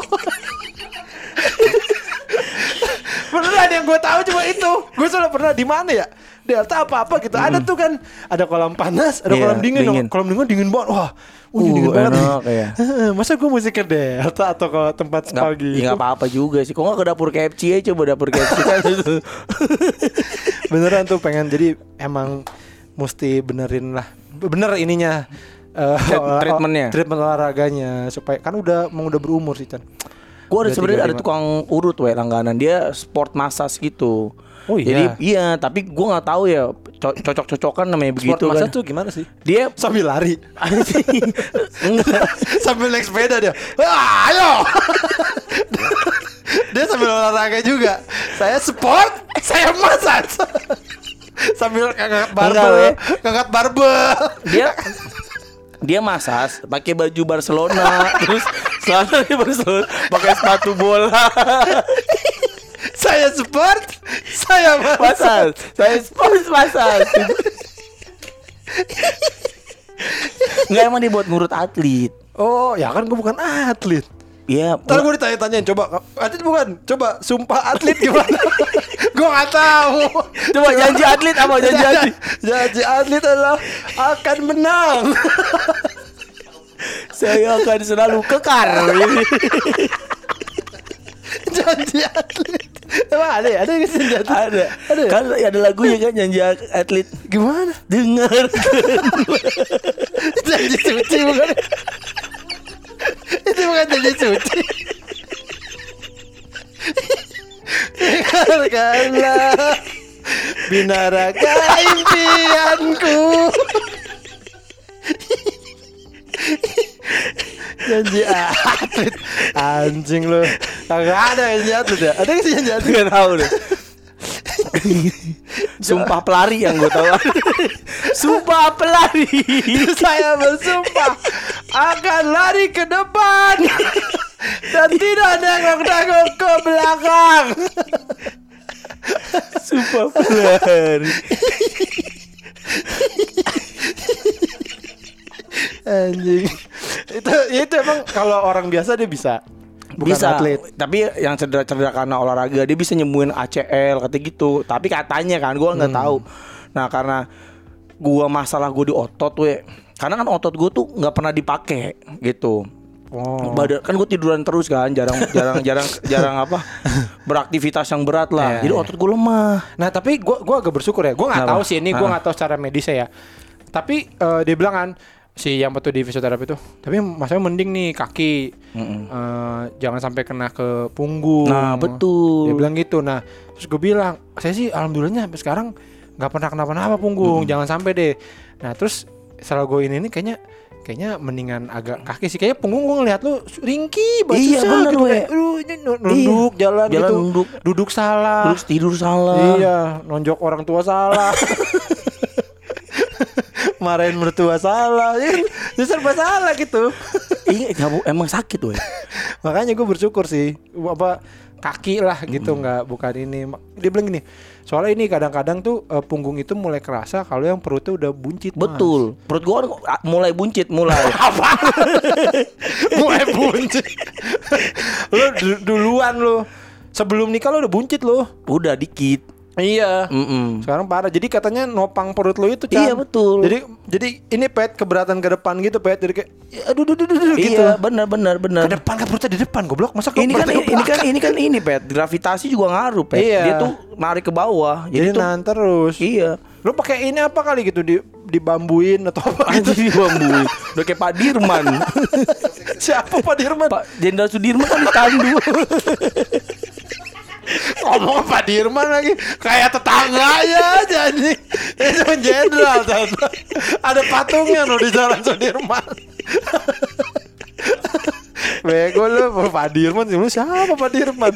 Beneran yang gue tahu cuma itu. Gue selalu pernah di mana ya? Delta apa-apa gitu. Ada tuh kan, ada kolam panas, ada Iya, kolam dingin. dingin. Kolam dingin dingin banget. Wah, uh, Uh, dingin banget. enak, ya. Masa gue mesti ke Delta atau ke tempat Nggak, spa gitu? ya nggak apa-apa juga sih. Kok nggak ke dapur K F C aja, coba dapur K F C kan itu. Beneran tuh pengen, jadi emang mesti benerin lah. Bener ininya. eh, Treat- treatmentnya. treatment olahraganya supaya kan udah mau udah berumur sih Chan. Gue ada Udah sebenarnya ada tiga puluh lima. tukang urut we langganan, dia sport massage gitu. Oh iya? Jadi iya, tapi gue nggak tahu ya co- cocok-cocokan namanya Sport begitu masa kan. tuh gimana sih? Dia Sambil lari. enggak. Sambil naik sepeda dia. Wah, ayo. Dia sambil olahraga juga. Saya sport, saya massage. Sambil ngangkat barbel, Enggak, we. ngangkat barbel. Dia dia massage pakai baju Barcelona, terus celana di Barcelona, pakai sepatu bola. Saya sport, saya massage. Massage. Saya sport massage. Enggak, emang dibuat ngurut atlet. Oh, ya kan gue bukan atlet. Iya. Ntar gue ditanya-tanyain, coba atlet bukan? Coba sumpah atlet gimana? Gue gak tahu. Coba janji atlet apa janji atlet? Janji atlet adalah akan menang. Saya akan selalu kekar. Janji atlet. Emang ada ya? Ada yang janji atlet? Ada. Ada ya? Kan ada lagunya kan janji atlet. Gimana? Dengar. Janji suci bukan? Itu bukan janji suci. Dengarkanlah binaraga impianku. Janji atlet. Anjing lu. Kagak ada janji atlet ya? Ada nggak sih janji atlet? Gak tahu deh. Sumpah pelari yang gue tahu. Sumpah pelari. Saya bersumpah akan lari ke depan dan tidak nengok-nengok ke belakang. Sumpah pelari. Anjing. Itu itu emang kalau orang biasa dia bisa. Bukan Bisa atlet. Tapi yang cedera-cedera karena olahraga dia bisa nyembuhin A C L kata gitu. Tapi katanya kan gue nggak tahu. Nah karena gue masalah gue di otot we. Karena kan otot gue tuh nggak pernah dipakai gitu. Oh. Badan kan gue tiduran terus kan, jarang jarang jarang jarang apa beraktivitas yang berat lah. Iya, Jadi iya. otot gue lemah. Nah tapi gue gua agak bersyukur ya. Gue nggak Kenapa? tahu sih ini gue Ah. nggak tahu secara medisnya ya. Tapi eh, dia bilang kan si yang betul di fisioterapi tuh. Tapi masalahnya mending nih kaki. Eh, jangan sampai kena ke punggung. Nah, betul. Dia bilang gitu. Nah terus gue bilang saya sih alhamdulillahnya sampai sekarang nggak pernah kenapa-napa punggung. Jangan sampai deh. Nah terus setelah gue ini nih kayaknya kayaknya mendingan agak kaki sih. Kayaknya punggung gue ngeliat lu ringkih banget. Iya, susah bener, gitu we. kayak, "Aduh, ini nunduk jalan, Jalan gitu. nunduk. Duduk salah. Terus tidur salah. Iya, nonjok orang tua salah. Marahin mertua salah. Ya, ya serba salah gitu. Iya, kamu emang sakit weh. Makanya gue bersyukur sih. Apa kaki lah gitu, nggak bukan ini. Dia bilang gini, soalnya ini kadang-kadang tuh eh, punggung itu mulai kerasa kalau yang perutnya udah buncit. Mas. Betul. Perut gua kan mulai buncit mulai. Apa? Mulai buncit. Lu du- duluan lu. Sebelum nikah lu udah buncit lu. Udah dikit. Iya. Mm-mm. Sekarang parah. Jadi katanya nopang perut lo itu Chan. Iya, betul. Jadi jadi ini pet keberatan ke depan gitu pet. Jadi kayak ya, aduh aduh aduh, aduh gitu. Iya, benar benar benar. Ke depan kan perutnya di depan goblok. Masa ke Ini kan perutnya ke ini kan belakang? ini kan ini pet gravitasi juga ngaruh pet. Iya. Dia tuh narik ke bawah. Jadi, Jadi, tuh nahan terus. iya. Lo pakai ini apa kali gitu di dibambuin atau apa gitu. Anjir bambu. Udah kayak Pak Dirman. Siapa Pak Dirman? Pak Jenderal Sudirman kan ditandu. Ngomong Pak Dirman lagi kayak tetangganya aja anjing. Itu jenderal ternyata. Ada patungnya loh di Jalan Sudirman. Bego lu Pak Dirman sih. Lu siapa Pak Dirman?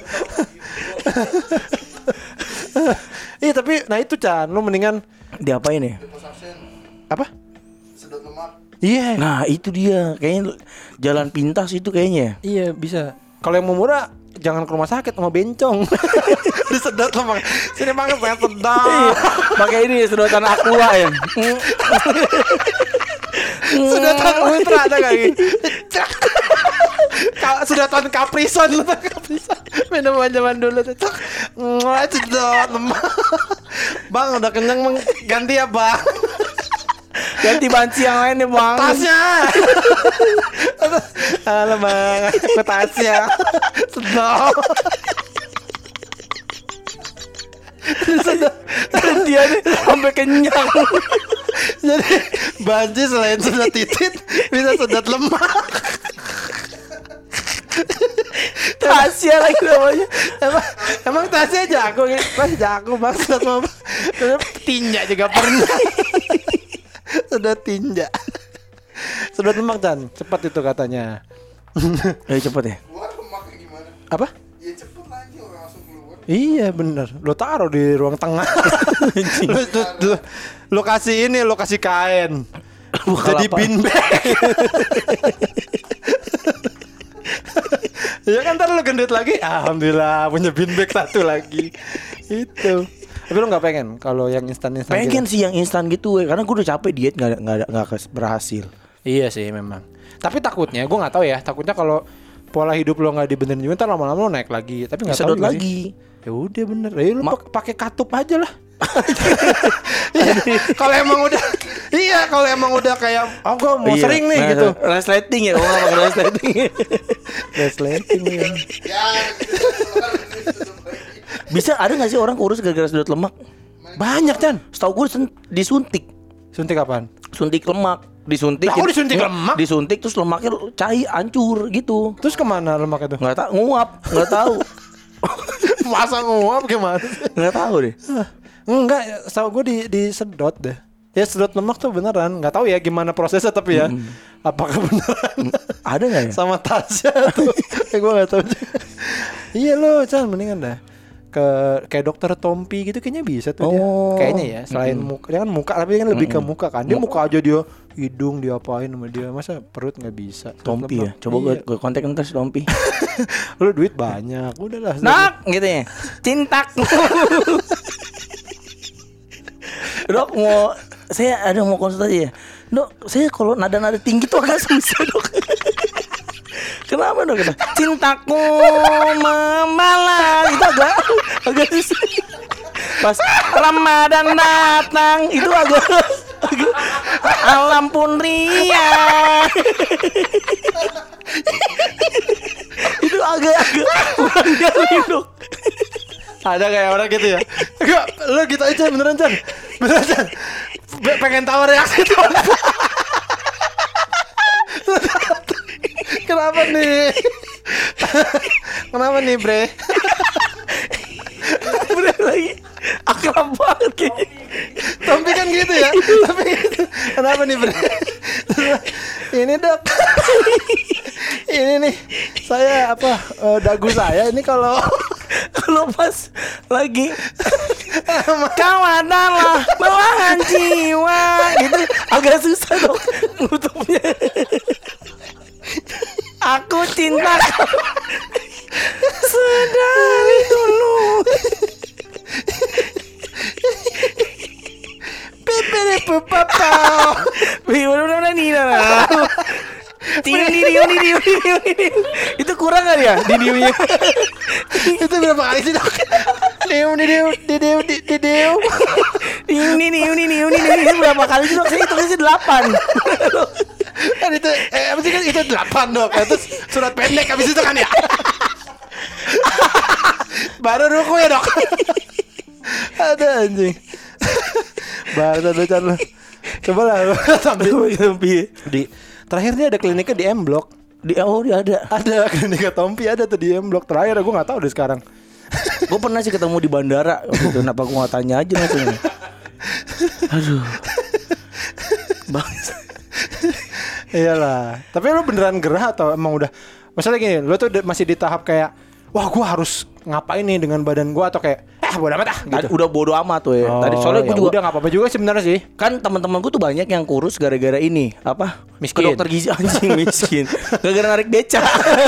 Iya tapi nah itu Chan, lu mendingan Diapain ya? Liposuction, apa? sedot lemak. Iya. Nah, itu dia. Kayaknya jalan pintas itu kayaknya. Iya bisa. Kalau yang mau murah jangan ke rumah sakit sama bencong. Disedot lemak. Sini banget pengen sedot. Pakai ini sedotan aqua ya. Sedotan ultra ada gak gitu? Sedotan Caprison lu tau Caprison. Minuman zaman dulu tuh. Cek. Sedot lemak. Bang udah kenyang bang, ganti ya bang. Ganti banci yang lain nih bang. Tasnya. Halo bang, aku tasnya. Sedap. Dan dia nih sampai kenyang. Jadi banci selain sedot titit bisa sedot lemak. Tasya lagi namanya. Emang emang tasnya jago ya? Mas jago bang sedot lemak. Tinja juga pernah. Sedot tinja. Sedot lemak Chan, cepat itu katanya. Ayo cepet ya. Gua lemaknya gimana? Apa? Ya cepet aja orang langsung keluar. Iya bener, lo taruh di ruang tengah. lo, lo, lo, lo kasih ini, lo kasih kain. Jadi Bukalapak. bin bag. Ya kan ntar lo gendut lagi, alhamdulillah punya bin bag satu lagi. Itu. Tapi lo nggak pengen kalau yang instan-instan? Pengen gitu? sih yang instan gitu ya, karena gue udah capek diet nggak nggak nggak berhasil. Iya sih memang. Tapi takutnya, gue nggak tahu ya. Takutnya kalau pola hidup lo nggak dibenerin juga, ntar lama-lama lo naik lagi. Tapi nggak tahu Sedot juga lagi. sih. Ya udah bener. Ya lo Ma- pak- pakai katup aja lah. Iya, kalau emang udah, iya kalau emang udah kayak, oh gue mau Iya. sering nih Nah, gitu. resleting ya, gue nggak pakai resleting. Resleting ya. Ya, gitu kan tutup lagi. Bisa ada nggak sih orang kurus gara-gara sedot lemak? Banyak Chan. Setahu gue sen- disuntik, Suntik apaan? suntik lemak, disuntik. Lah, kok disuntik Nggak, lemak? Disuntik terus lemaknya cair, hancur gitu. Terus kemana lemak itu? Nggak tahu, nguap, nggak tahu, Masa nguap gimana sih? nggak tahu deh. Enggak, setahu gue di disedot deh. Ya sedot lemak tuh beneran. Nggak tahu ya gimana prosesnya tapi ya. Apakah beneran? Ada nggak ya? Sama Tasya tuh. Eh gue nggak tahu juga. Iya lo, Chan mendingan dah ke kayak dokter Tompi gitu kayaknya bisa tuh dia. Oh. Kayaknya ya selain muka, dia kan muka tapi kan lebih ke muka kan. Dia muka aja dia, hidung diapain sama dia. Masa perut nggak bisa. Tompi ya, coba gue gue kontak ntar si Tompi. Lu duit banyak, udahlah. Nak, gitu ya, cintak. Dok mau, saya ada mau konsultasi ya. Dok, saya kalau nada-nada tinggi tuh agak susah dok. Kenapa dok? Cintaku membalas itu agak agak susah. Pas Ramadan datang itu agak, agak alam pun riang. Itu agak-agak kurang nyari dok. Ada kayak orang gitu ya. Enggak, lu gitu aja beneran Chan. Beneran Chan. Be- pengen tahu reaksi tuh. Kenapa nih? Kenapa nih, Bre? Bener lagi akrab banget kayaknya. Tompi kan gitu ya. Tapi gitu. Kenapa nih, Bre? Ini dok. Ini nih saya apa eh, dagu saya ini kalau Kalau pas lagi kau adalah belahan jiwa gitu agak susah dong nutupnya. Aku cinta kau sedari dulu. pipere pupapa. Bener-bener nih lah. Tiup tiup tiup tiup itu kurang kali ya di diunya. Itu berapa kali sih, Dok? Diu diu diu diu diu. Ini nih ini nih ini nih berapa kali sih dok? Saya hitungnya sih delapan. Kan itu eh apa sih kan itu delapan, Dok. Terus surat pendek habis itu kan ya. Baru ruku ya, Dok. Ada anjing. Bahasa docan lu. Coba lah lu sambil di terakhir dia ada kliniknya di M Block. Di oh dia ada. Ada kliniknya Tompi ada tuh di M Block terakhir. Gue nggak tahu deh sekarang. Gue pernah sih ketemu di bandara. Gitu. Kenapa gue nggak tanya aja langsung. Aduh. Bangsa. Iyalah. Tapi lu beneran gerah atau emang udah? Maksudnya gini, lu tuh masih di tahap kayak, wah gue harus ngapain nih dengan badan gue atau kayak, eh bodo amat ah gitu. Tadi udah bodo amat tuh ya. Oh, Tadi soalnya gue ya juga udah nggak apa-apa juga sih sebenarnya sih. kan teman-teman gue tuh banyak yang kurus gara-gara ini apa? Miskin. Ke dokter gizi anjing miskin. Gara-gara narik beca.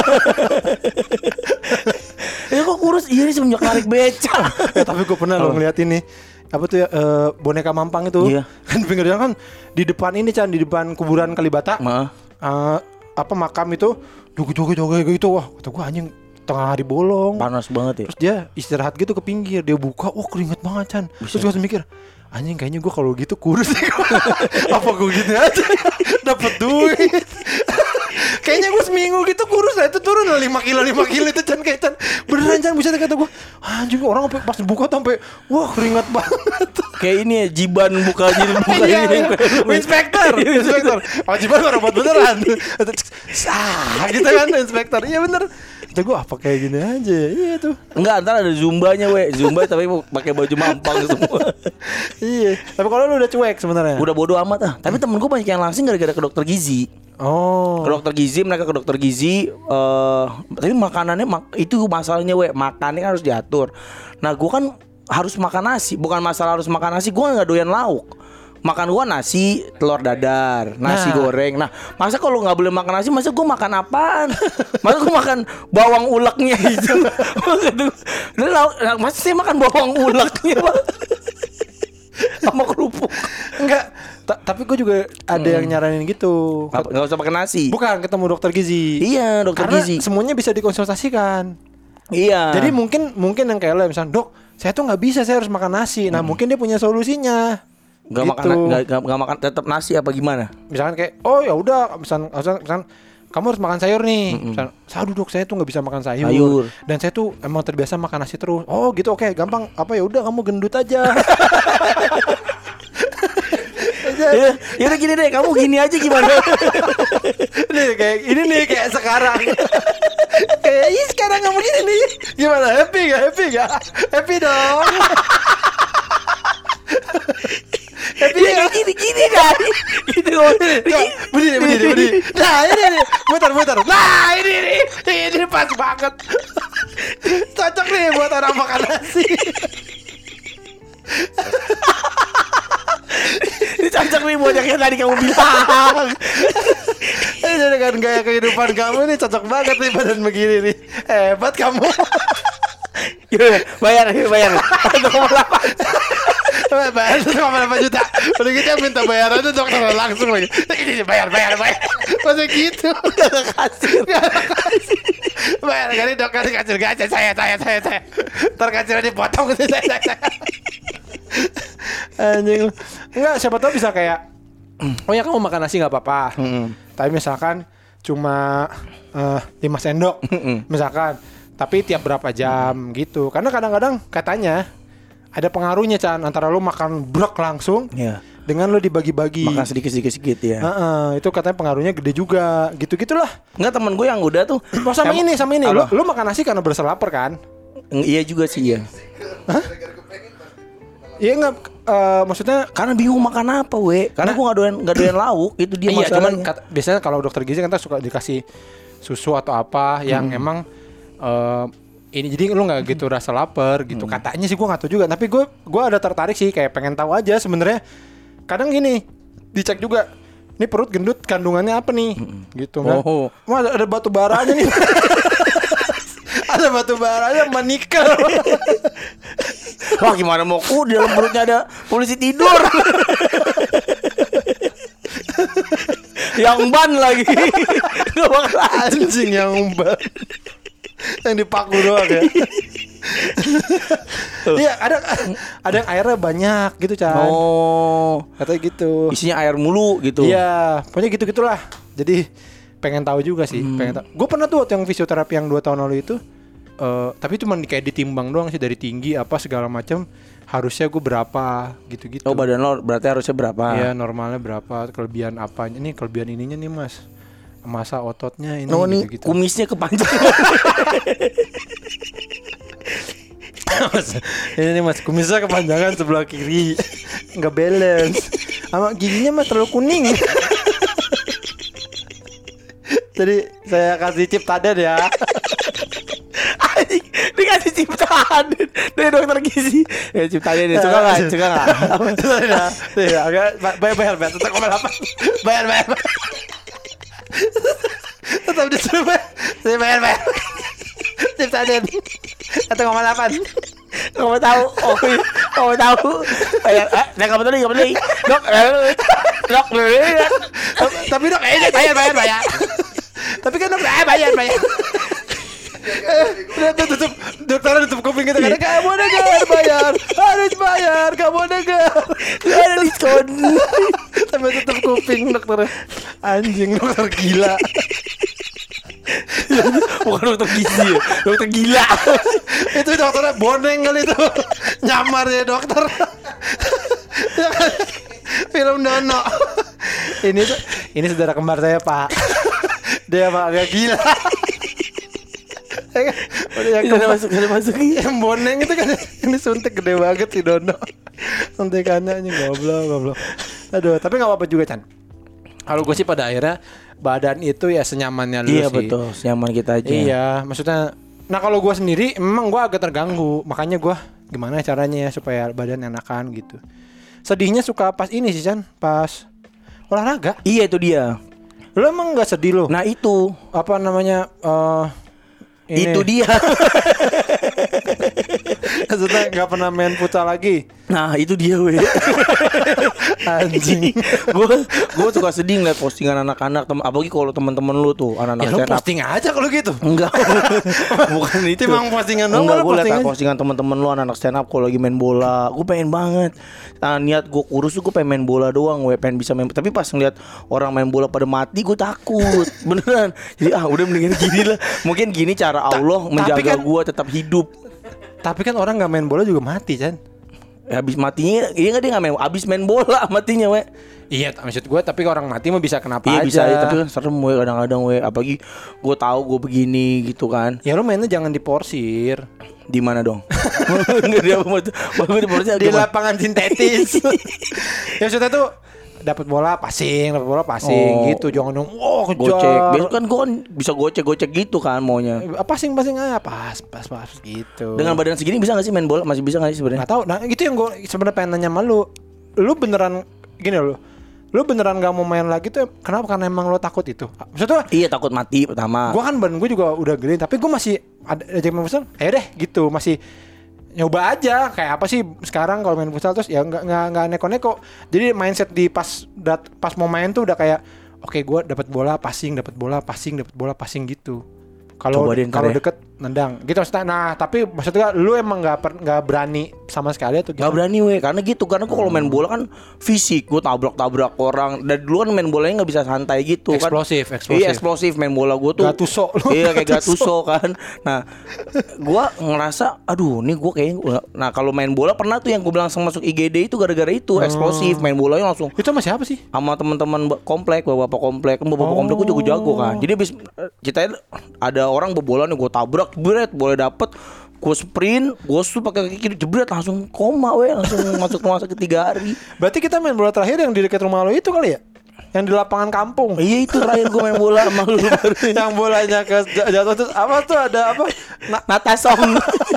Ya kok kurus? Iya nih semenjak narik beca. Eh, tapi gue pernah lo ngeliat ini apa tuh ya eh, boneka Mampang itu. Iya. Kan di pinggir jalan kan di depan ini Chan, di depan kuburan Kalibata. Maaf. Eh, apa makam itu joget-joget joget gitu. Wah, kata gue anjing tengah hari bolong. Panas banget ya. Terus dia istirahat gitu ke pinggir, dia buka, wah keringet banget Chan. Terus gue mikir, anjing kayaknya gue kalau gitu kurus nih. Apa gue gitu aja dapat duit. Kayaknya gue seminggu gitu kurus lah, itu turun lah lima kilo lima kilo itu Chan, kayak Chan. Beneran Chan, bisa kata gue, anjing orang pas buka sampai wah keringat banget. Kayak ini ya Jiban buka jadi buka Iya, ini. iya. Inspektor, inspektor. Oh Jiban robot beneran. Sah, gitu kan inspektor. Iya bener. Kata gue apa kayak gini aja. Iya tuh. Enggak, ntar ada zumbanya we. Zumba tapi pakai baju mampang semua. Iya. Tapi kalau lu udah cuek sebenarnya. Udah bodo amat ah. Tapi temen gue banyak yang langsing gara-gara ke dokter gizi. Oh. Ke dokter gizi, mereka ke dokter gizi. Uh, tapi makanannya mak- itu masalahnya we. Makannya kan harus diatur. Nah gue kan harus makan nasi. Bukan masalah harus makan nasi. Gue nggak doyan lauk. Makan gua nasi, telur dadar, nasi Nah. goreng. Nah, masa kalau nggak boleh makan nasi, masa gua makan apaan? Masa gua makan bawang uleknya itu? Masa saya makan bawang uleknya, Pak? Sama kerupuk. Enggak. Ta- tapi gue juga ada Hmm. yang nyaranin gitu. Apa, nggak usah pakai nasi. Bukan, ketemu dokter gizi. Iya, dokter Karena gizi. semuanya bisa dikonsultasikan. Iya. Jadi mungkin mungkin yang kayak lo misalnya, "Dok, saya tuh nggak bisa, saya harus makan nasi." Nah, mungkin dia punya solusinya. Gak gitu. makan, gak, gak, gak makan tetap nasi apa gimana? Misalkan kayak, "Oh ya udah, misalkan, misalkan kamu harus makan sayur nih." Misalkan, "Aduh dok, saya tuh nggak bisa makan sayur. Sayur. Dan saya tuh emang terbiasa makan nasi terus." Oh gitu, oke, gampang. Apa ya udah kamu gendut aja. Ya, ya udah gini deh, kamu gini aja gimana? Nih kayak ini nih kayak sekarang. Kayak ini sekarang kamu gini nih. Gimana? Happy gak? Happy gak? Happy dong. Happy Iya gak? gini gini dah. Gitu. Nggak, berdiri, berdiri, berdiri. Nah ini nih, muter, muter. Nah ini nih, ini pas banget. Cocok nih buat orang makan nasi. Ini cocok nih buat yang tadi kamu bilang. Ini dengan gaya kehidupan kamu ini cocok banget nih badan begini nih. Hebat kamu. Gimana? Bayar, bayar. satu koma delapan. Bayar satu koma delapan juta. Udah gitu yang minta bayarannya dokter langsung lagi. Ini bayar, bayar, bayar. Masa gitu. Gak ada kasir. Bayar kali dok, kasih kasir gaja saya, saya, saya, saya. Ntar kasirnya dipotong saya, saya, saya. Anjing. Enggak, siapa tahu bisa kayak, oh ya kamu makan nasi nggak apa-apa. Tapi misalkan cuma uh, lima sendok, misalkan. Tapi tiap berapa jam gitu. Karena kadang-kadang katanya ada pengaruhnya Chan antara lu makan brok langsung Iya. dengan lu dibagi-bagi. Makan sedikit-sedikit ya. Heeh, itu katanya pengaruhnya gede juga. Gitu-gitulah. Enggak, temen gue yang udah tuh. Oh, sama Emang- ini, sama ini. Lu, Apa? lu makan nasi karena berasa lapar kan? Iya juga sih ya. Iya enggak, uh, maksudnya Karena bingung makan apa, we. Karena Nah. gue gak doyan gak doyan lauk, itu dia iya, cuman masalahnya. kata, biasanya kalau dokter gizi kan kita suka dikasih susu atau apa yang Hmm. emang uh, ini jadi lu nggak gitu rasa lapar gitu. Hmm. Katanya sih gue nggak tahu juga, tapi gue gue ada tertarik sih kayak pengen tahu aja sebenarnya. Kadang gini, dicek juga. Ini perut gendut kandungannya apa nih? Gitu kan. Oh. Wah, ada, ada batu baranya nih. Ada batu baranya sama nikel. Wah, gimana mau ku di dalam perutnya ada polisi tidur. Yang ban lagi. Gak bakal Anjing yang umbat. Yang dipaku doang ya. Iya, ada ada yang airnya banyak gitu, Chan. Oh, Katanya gitu. isinya air mulu gitu. Iya, pokoknya gitu-gitulah. Jadi pengen tahu juga sih, Hmm. pengen tahu. Gue pernah tuh waktu yang fisioterapi yang dua tahun lalu itu eh tapi cuma kayak ditimbang doang sih dari tinggi apa segala macam. Harusnya gue berapa gitu-gitu. Oh, badan lo berarti harusnya berapa? Iya, normalnya berapa, kelebihan apanya. Ini kelebihan ininya nih, Mas. Masa ototnya ini No, nih gitu-gitu. kumisnya kepanjang. Mas, ini nih Mas, kumisnya kepanjangan sebelah kiri. Enggak balance. Sama giginya Mas terlalu kuning. Jadi saya kasih chip taden ya. Anjing, dikasih ciptaan dari dokter gizi. Ya ciptaan dia suka enggak? Suka enggak? Tidak, tidak. Agak bayar bayar bayar. Tetap koma delapan. Bayar bayar. Tetap disuruh bayar. Saya bayar bayar. Chip taden. Satu koma delapan. Kamu tahu? Oh, iya. Kamu tahu? Bayar. Eh, nah, kamu tahu nih, kamu tahu nih. Dok, eh, dok, eh. Tapi dok, eh bayar bayar bayar. Tapi kan dok, eh bayar bayar. Udah tuh tutup, dokternya tutup kuping kita kan. Kamu dengar bayar, harus bayar, kamu dengar. Gak ada diskon. Sampai tutup kuping dokternya. Anjing, dokter gila. Bukan dokter gizi ya, dokter gila. Itu dokternya boneng kali itu. Nyamar ya dokter. Ya kan? Film Dono. Ini tuh, ini saudara kembar saya, Pak. Dia mah agak gila. Udah yang Udah masuk, udah masuk. Yang boneng itu kan ini suntik gede banget si Dono. Suntikannya anjing goblok, goblok. Aduh, tapi enggak apa-apa juga, Chan. Kalau gue sih pada akhirnya badan itu ya senyamannya lu Iya sih. betul, senyaman kita aja. Iya, maksudnya nah kalau gue sendiri memang gue agak terganggu. Makanya gue gimana caranya ya supaya badan enakan gitu. Sedihnya suka pas ini sih, Chan, pas olahraga. Iya itu dia. Lo emang gak sedih lo? Nah itu Apa namanya uh, ini. Itu dia. Maksudnya gak pernah main futsal lagi. Nah itu dia weh. Anjing. Gue gue suka sedih ngeliat postingan anak-anak tem- apalagi kalau teman-teman lu tuh anak-anak Ya lo stand up. posting aja kalau gitu. Enggak. Bukan itu. Timang postingan doang. Enggak, lo gue liat postingan. postingan teman-teman lu anak-anak stand up kalau lagi main bola. Gue pengen banget. Nah, niat gue kurus tuh gue pengen main bola doang, gue pengen bisa main. Tapi pas ngeliat orang main bola pada mati, gue takut. Beneran. Jadi ah udah mendingan gini lah. Mungkin gini cara Allah Ta- menjaga tapi kan- gue tetap hidup. Tapi kan orang gak main bola juga mati, Chan. Ya, habis matinya, iya nggak dia nggak main, habis main bola matinya, we. Iya, maksud gue tapi orang mati mah bisa kenapa Iya aja. bisa, tapi kan serem we kadang-kadang we. Apalagi gue tahu gue begini gitu kan. Ya lo mainnya jangan diporsir. Di mana dong? Enggak dia mau mau di porsi Di lapangan sintetis. Ya maksudnya tuh dapat bola passing, dapat bola passing Oh. gitu. Jangan dong, oh kejar. gocek. Besok kan gue kan bisa gocek-gocek gitu kan maunya. Passing passing aja, pas pas pas gitu. Dengan badan segini bisa gak sih main bola? Masih bisa gak sih sebenarnya? nggak tahu. Nah itu yang gue sebenarnya pengen nanya sama lu. Lu beneran gini lo. Lu beneran gak mau main lagi tuh kenapa? Karena emang lo takut itu. Maksudnya Iya takut mati pertama. gue kan badan gue juga udah gede, tapi gue masih ada aja main futsal. Ayo deh gitu, masih nyoba aja kayak apa sih sekarang kalau main futsal terus ya nggak nggak nggak neko-neko. Jadi mindset di pas dat, pas mau main tuh udah kayak oke okay, gue dapat bola passing, dapat bola passing, dapat bola passing gitu. Kalau Coba deh ntar kalau ya. deket nendang gitu maksudnya. Nah tapi maksudnya lu emang nggak per, nggak berani sama sekali atau Gak gimana? berani weh, karena gitu. Karena gue kalau main bola kan fisik, gue tabrak-tabrak orang. Dan dulu kan main bolanya nggak bisa santai gitu kan. Eksplosif, eksplosif. Iya eksplosif main bola gue tuh. Gattuso. Iya kayak Gattuso kan. Nah, gue ngerasa, aduh, nih gue kayaknya. Nah kalau main bola pernah tuh yang gue bilang langsung masuk I G D itu gara-gara itu eksplosif. Main bolanya langsung Itu sama siapa sih? sama teman-teman ba- komplek, bapak komplek, kan bapak Oh. komplek gue jago-jago kan. Jadi abis kita ada orang bobolan nih, gue tabrak, jebret, boleh dapet, gue sprint, gue su pakai kaki jebret, langsung koma, weh, langsung masuk rumah sakit tiga hari. Berarti kita main bola terakhir yang di dekat rumah lo itu kali ya? Yang di lapangan kampung. Iya itu terakhir gue main bola sama lu. Yang bolanya ke j- jatuh terus apa tuh ada apa? Na- Natasong,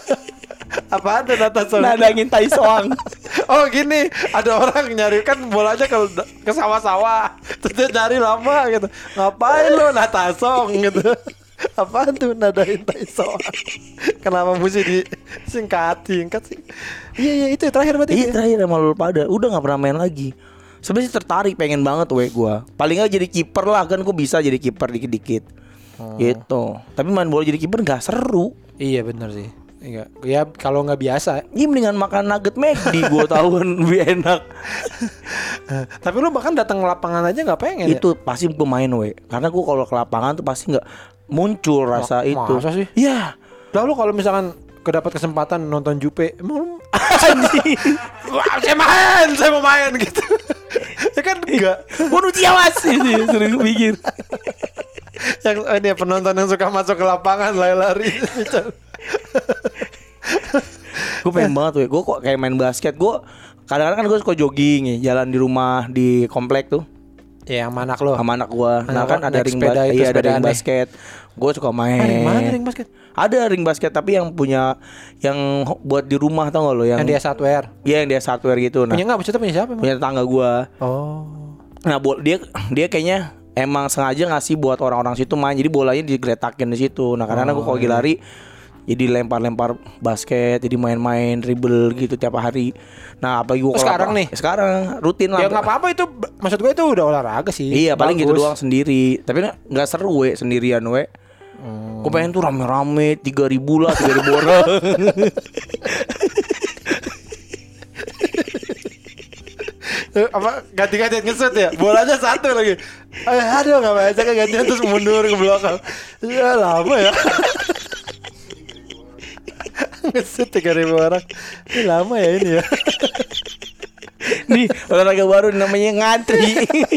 apaan tuh Natasong? nadangin tai soang. Oh gini, ada orang nyari kan bolanya ke ke sawah-sawah, terus dia nyari lama gitu. Ngapain lo Natasong gitu? Apaan tuh nadain tai soang? Kenapa mesti disingkat singkat sih? Iya iya itu terakhir berarti. Iya ya? terakhir sama lu pada, udah nggak pernah main lagi. Sebenarnya sih tertarik, pengen banget weh gue. Paling nggak jadi kiper lah, kan gue bisa jadi kiper dikit-dikit. Gitu. Tapi main bola jadi kiper nggak seru. Iya benar sih. Iya, ya kalau nggak biasa. Ini mendingan makan nugget McD gue tahuan lebih enak. Tapi lu bahkan datang ke lapangan aja nggak pengen ya? Itu pasti gue main weh. Karena gue kalau ke lapangan tuh pasti nggak muncul rasa Ma- itu. masa sih? Iya. Lalu kalau misalkan kedapat kesempatan nonton Jupe, emang lu wah, saya main, saya mau main gitu. Ya kan enggak. Bunuh ciawas itu sering mikir. Yang oh, ini ya, penonton yang suka masuk ke lapangan lari-lari. Gue pengen banget weh. Gue kok kayak main basket. Gue kadang-kadang kan gue suka jogging ya, jalan di rumah di komplek tuh. Ya yang mana lo? Sama anak gua. Nah Anak kan lo ada naik ring sepeda ba- itu, iya ada sepeda ring aneh. basket. Gua suka main. Ah, di mana ring basket? Ada ring basket tapi yang punya yang ho- buat di rumah tau gak lo yang Yang dia hardware. Iya yang dia hardware gitu. Nah Punya enggak? Maksudnya punya siapa emang? punya tetangga gua. Oh. Nah bo- dia dia kayaknya emang sengaja ngasih buat orang-orang situ main. Jadi bolanya digeletakin di situ. Nah karena Oh, gua kalau lagi iya. lari jadi lempar-lempar basket, jadi main-main dribble gitu tiap hari. Nah apalagi Oh, gua kalau sekarang apa- nih? Sekarang rutin lah. Ya enggak apa-apa itu maksud gue itu udah olahraga sih. Iya paling gitu Bagus. doang sendiri. Tapi nggak seru we sendirian we. Gue pengen tuh rame-rame tiga ribu lah, tiga ribu orang. Apa ganti-gantian ngesut ya? Bolanya satu lagi. Eh, aduh nggak baca kan gantian terus mundur ke belakang. Ya lama ya. Ngesut tiga ribu orang. Ini lama ya ini ya. Nih olahraga baru namanya ngantri.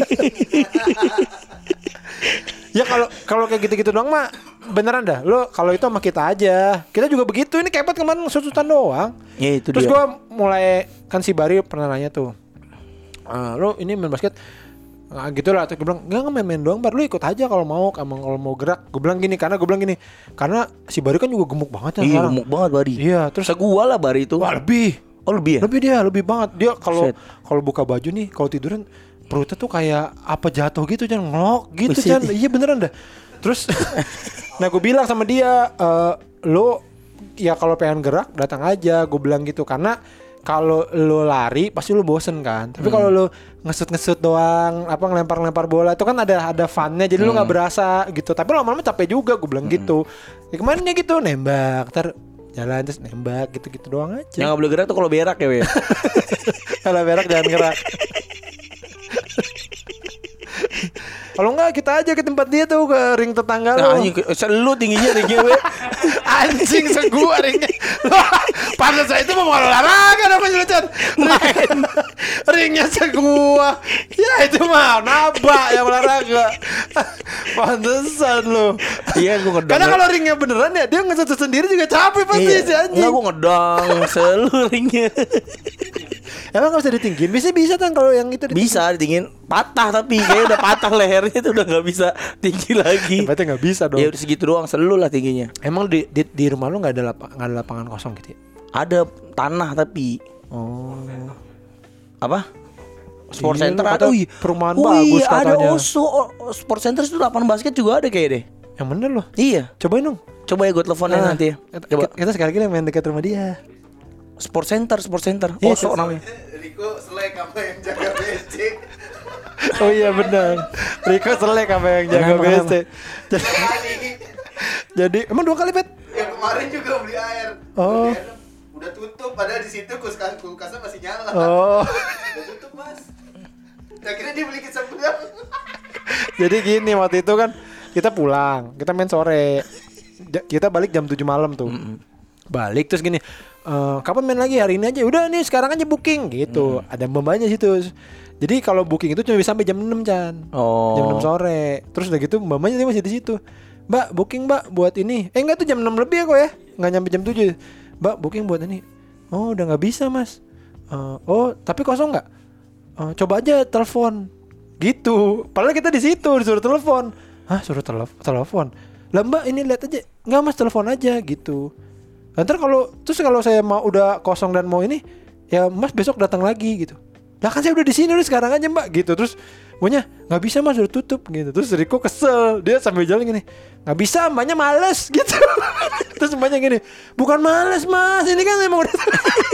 Ya kalau kalau kayak gitu-gitu doang mah beneran dah. Lo kalau itu sama kita aja. Kita juga begitu. Ini kepet kemarin susutan doang. Ya itu Terus dia. gue mulai kan si Bari pernah nanya tuh. Uh, lo ini main basket nah, gitu lah. Terus gue bilang enggak main-main doang Bar. Lo ikut aja kalau mau. Emang kalau mau gerak. Gue bilang gini. Karena gue bilang gini. Karena si Bari kan juga gemuk banget ya Iya sekarang. gemuk banget Bari. Iya terus Segua lah Bari itu. wah lebih. Oh lebih ya? Lebih dia lebih banget. Dia kalau Shit. kalau buka baju nih, kalau tiduran perutnya tuh kayak apa jatuh gitu Chan, ngelok gitu Buset. Chan. Iya beneran dah. Terus nah gue bilang sama dia, e, lo ya kalau pengen gerak datang aja. Gue bilang gitu karena kalau lo lari pasti lo bosen kan. Tapi kalau lo ngesut-ngesut doang, apa ngelempar-ngelempar bola itu kan ada ada funnya. Jadi lo nggak berasa gitu. Tapi lama-lama capek juga. Gue bilang gitu. Ya kemarinnya gitu nembak, ntar jalan terus nembak gitu-gitu doang aja. Yang gak boleh gerak tuh kalau berak ya, we. Kalau berak jangan gerak. Kalau enggak kita aja ke tempat dia tuh ke ring tetangga Nah, lo. anjing, selu tingginya ringnya, we. Anjing segua ringnya. Pantas saya itu mau olahraga apa sih Chan? Main. Ringnya segua. Ya itu mah nabak yang olahraga. Pantesan lo. Iya, gua ngedang. Karena kalau ringnya beneran ya dia ngesut sendiri juga capek pasti Iya. si anjing. Enggak, gua ngedang selu ringnya. Emang gak bisa ditinggiin? Bisa bisa kan kalau yang itu ditinggiin? Bisa ditinggiin, patah tapi kayaknya udah patah lehernya tuh udah nggak bisa tinggi lagi. Berarti gak bisa dong. Ya udah segitu doang, selu lah tingginya. Emang di, di di rumah lu nggak ada lapa, nggak ada lapangan kosong gitu ya? Ada tanah tapi Oh. apa? Sport Iya, center lu ada. kata Wih, perumahan wih, bagus ada katanya. Oso. Oh, Sport center itu lapangan basket juga ada kayak deh. Yang bener loh. Iya. Cobain dong. Coba ya gue teleponin Ah, nanti ya. kita- Coba. Kita sekali lagi main dekat rumah dia. Sport center, sport center. Iya, Oso terus- namanya. Riko selek apa yang jaga B C. Oh iya benar. Riko selek apa yang jaga Kenapa, B C. kenapa? Jadi, Kali jadi emang dua kali pet? yang kemarin juga beli air. Oh. Beli air, udah tutup padahal di situ kulkas kulkasnya masih nyala. Oh. Udah tutup mas. Akhirnya dia beli kecap udang. Jadi gini waktu itu kan kita pulang, kita main sore. Ja- Kita balik jam tujuh malam tuh. Balik terus gini, "Eh, kapan main lagi hari ini aja? Udah nih sekarang aja booking gitu. Ada mbak-mbaknya situ. Jadi kalau booking itu cuma bisa sampai jam enam Chan. Oh. Jam enam sore. Terus udah gitu mbak-mbaknya masih di situ. Mbak, booking Mbak buat ini. Eh enggak tuh jam enam lebih ya kok ya. Enggak nyampe jam tujuh. Mbak, booking buat ini. Oh, udah enggak bisa, Mas. Eh, oh, tapi kosong enggak? Eh, coba aja telepon. Gitu. Padahal kita di situ disuruh telepon. Hah, suruh telef- telepon. Lah Mbak, ini lihat aja. Enggak, Mas, telepon aja gitu. Ntar kalau terus kalau saya mau udah kosong dan mau ini, ya Mas besok datang lagi gitu. Lah kan saya udah di sini udah sekarang aja Mbak gitu. Terus Mbaknya nggak bisa Mas udah tutup gitu. Terus Riko kesel, dia sambil jalan gini, nggak bisa Mbaknya males gitu. Terus Mbaknya gini, bukan males Mas, ini kan emang udah.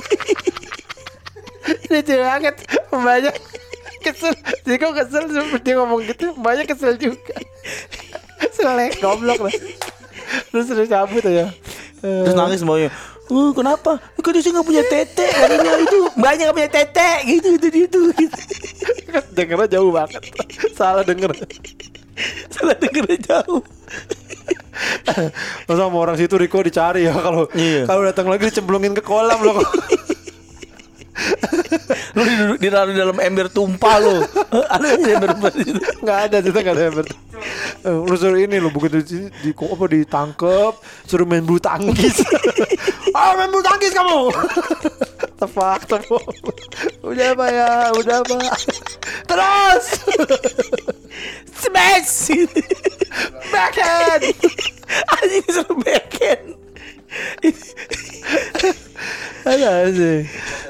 Lucu banget Mbaknya kesel. Riko kesel seperti ngomong gitu, Mbaknya kesel juga. Selek goblok lah. Terus terus cabut aja. Terus nangis semuanya. Uh, kenapa? Kan dia nggak punya tete, katanya itu banyak nggak punya tete, gitu gitu gitu. gitu. Dengernya jauh banget. Salah denger. Salah dengernya jauh. Masa sama orang situ Riko dicari ya kalau Iya. kalau datang lagi dicemplungin ke kolam loh. Lu diduduk ditaruh di dalam ember tumpah lu. Ada nggak sih ember tumpah di situ? Nggak ada kita nggak ada yang ber. Eh, Lu suruh ini lo begitu di, di apa ditangkep suruh main bulu tangkis. Ah main bulu tangkis kamu. Tefak tefak. Udah apa ya udah apa. Terus. Smash. Backhand. Anjing suruh backhand. Ada sih.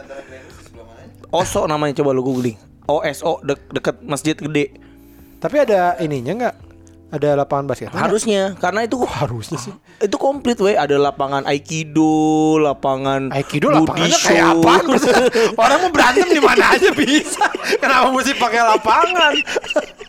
Oso namanya, coba lu googling. O S O de- deket masjid gede. Tapi ada ininya nggak? Ada lapangan basket? Harusnya, karena itu Harusnya sih. itu komplit we, ada lapangan aikido, lapangan Aikido body lapangannya show. kayak apa? Orang mau berantem di mana aja bisa. Kenapa mesti pakai lapangan?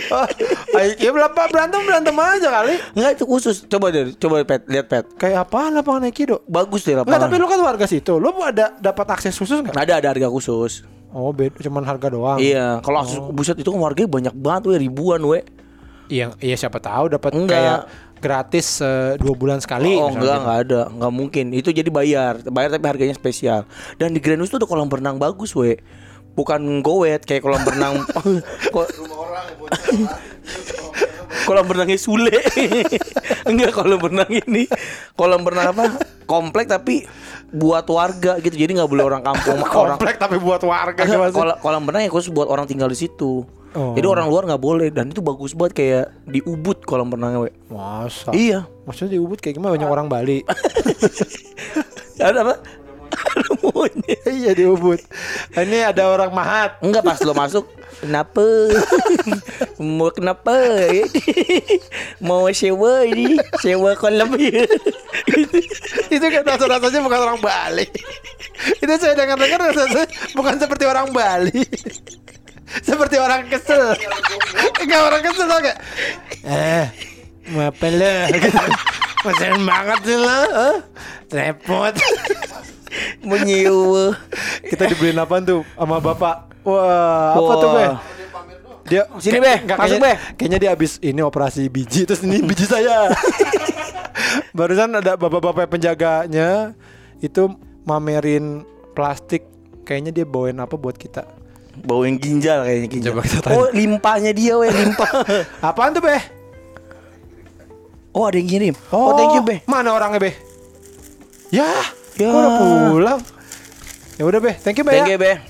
Oh, ya berantem berantem aja kali. Enggak, itu khusus. Coba deh, coba Pet, lihat Pet. Kayak apaan lapangan Aikido? Bagus deh Enggak, lapangan. tapi lu kan warga situ. Lu ada dapat akses khusus enggak? Ada ada harga khusus. Oh, beda cuman harga doang. Iya, kalau akses buset itu kan warganya banyak banget we, ribuan we. Iya, iya siapa tahu dapat Enggak. kayak gratis uh, dua bulan sekali. Oh misalnya enggak, gitu. enggak ada, enggak mungkin. Itu jadi bayar, bayar tapi harganya spesial. Dan di Grand News tuh ada kolam berenang bagus we. Bukan gowet kayak kolam berenang ko- Rumah orang yang bocor. kolam berenangnya Sule. Enggak, kolam berenang ini kolam berenang apa? Komplek tapi buat warga gitu. Jadi nggak boleh orang kampung orang. Komplek tapi buat warga Enggak, gimana sih? kolam, kolam berenang yang khusus buat orang tinggal di situ. Oh. Jadi orang luar nggak boleh dan itu bagus banget kayak di Ubud kolam berenangnya we. Masa? Iya. Maksudnya di Ubud kayak gimana banyak orang Bali? Ada apa? Ada monyet. Iya di Ubud. Ini ada orang Mahat. Enggak, pas lo masuk kenapa? Mau kenapa? Mau sewa ini, sewa kolam ya. Itu kan rasa-rasanya bukan orang Bali. Itu saya dengar-dengar rasanya bukan seperti orang Bali. Seperti orang kesel. Enggak, orang kesel tau gak? Eh, ngapain lo? Masain banget sih lo. Huh? Repot. Menyewa. Kita dibeliin apaan tuh sama bapak? Wah, apa Wah. tuh Be? Dia Sini, Be. Nggak, Masuk, kayaknya, Be. Kayaknya dia habis ini operasi biji. Terus ini biji saya. Barusan ada bapak-bapak penjaganya itu mamerin plastik. Kayaknya dia bawain apa buat kita. Bawain ginjal kayaknya ginjal. Coba kita tanya. Oh, limpahnya dia we, limpah. Apaan tuh Be? Oh, ada yang kirim. Oh, thank you, Be. Mana orangnya Be? Ya, Ya. kok udah pulang. Ya udah Be, thank you Be. Thank ya. you, Be.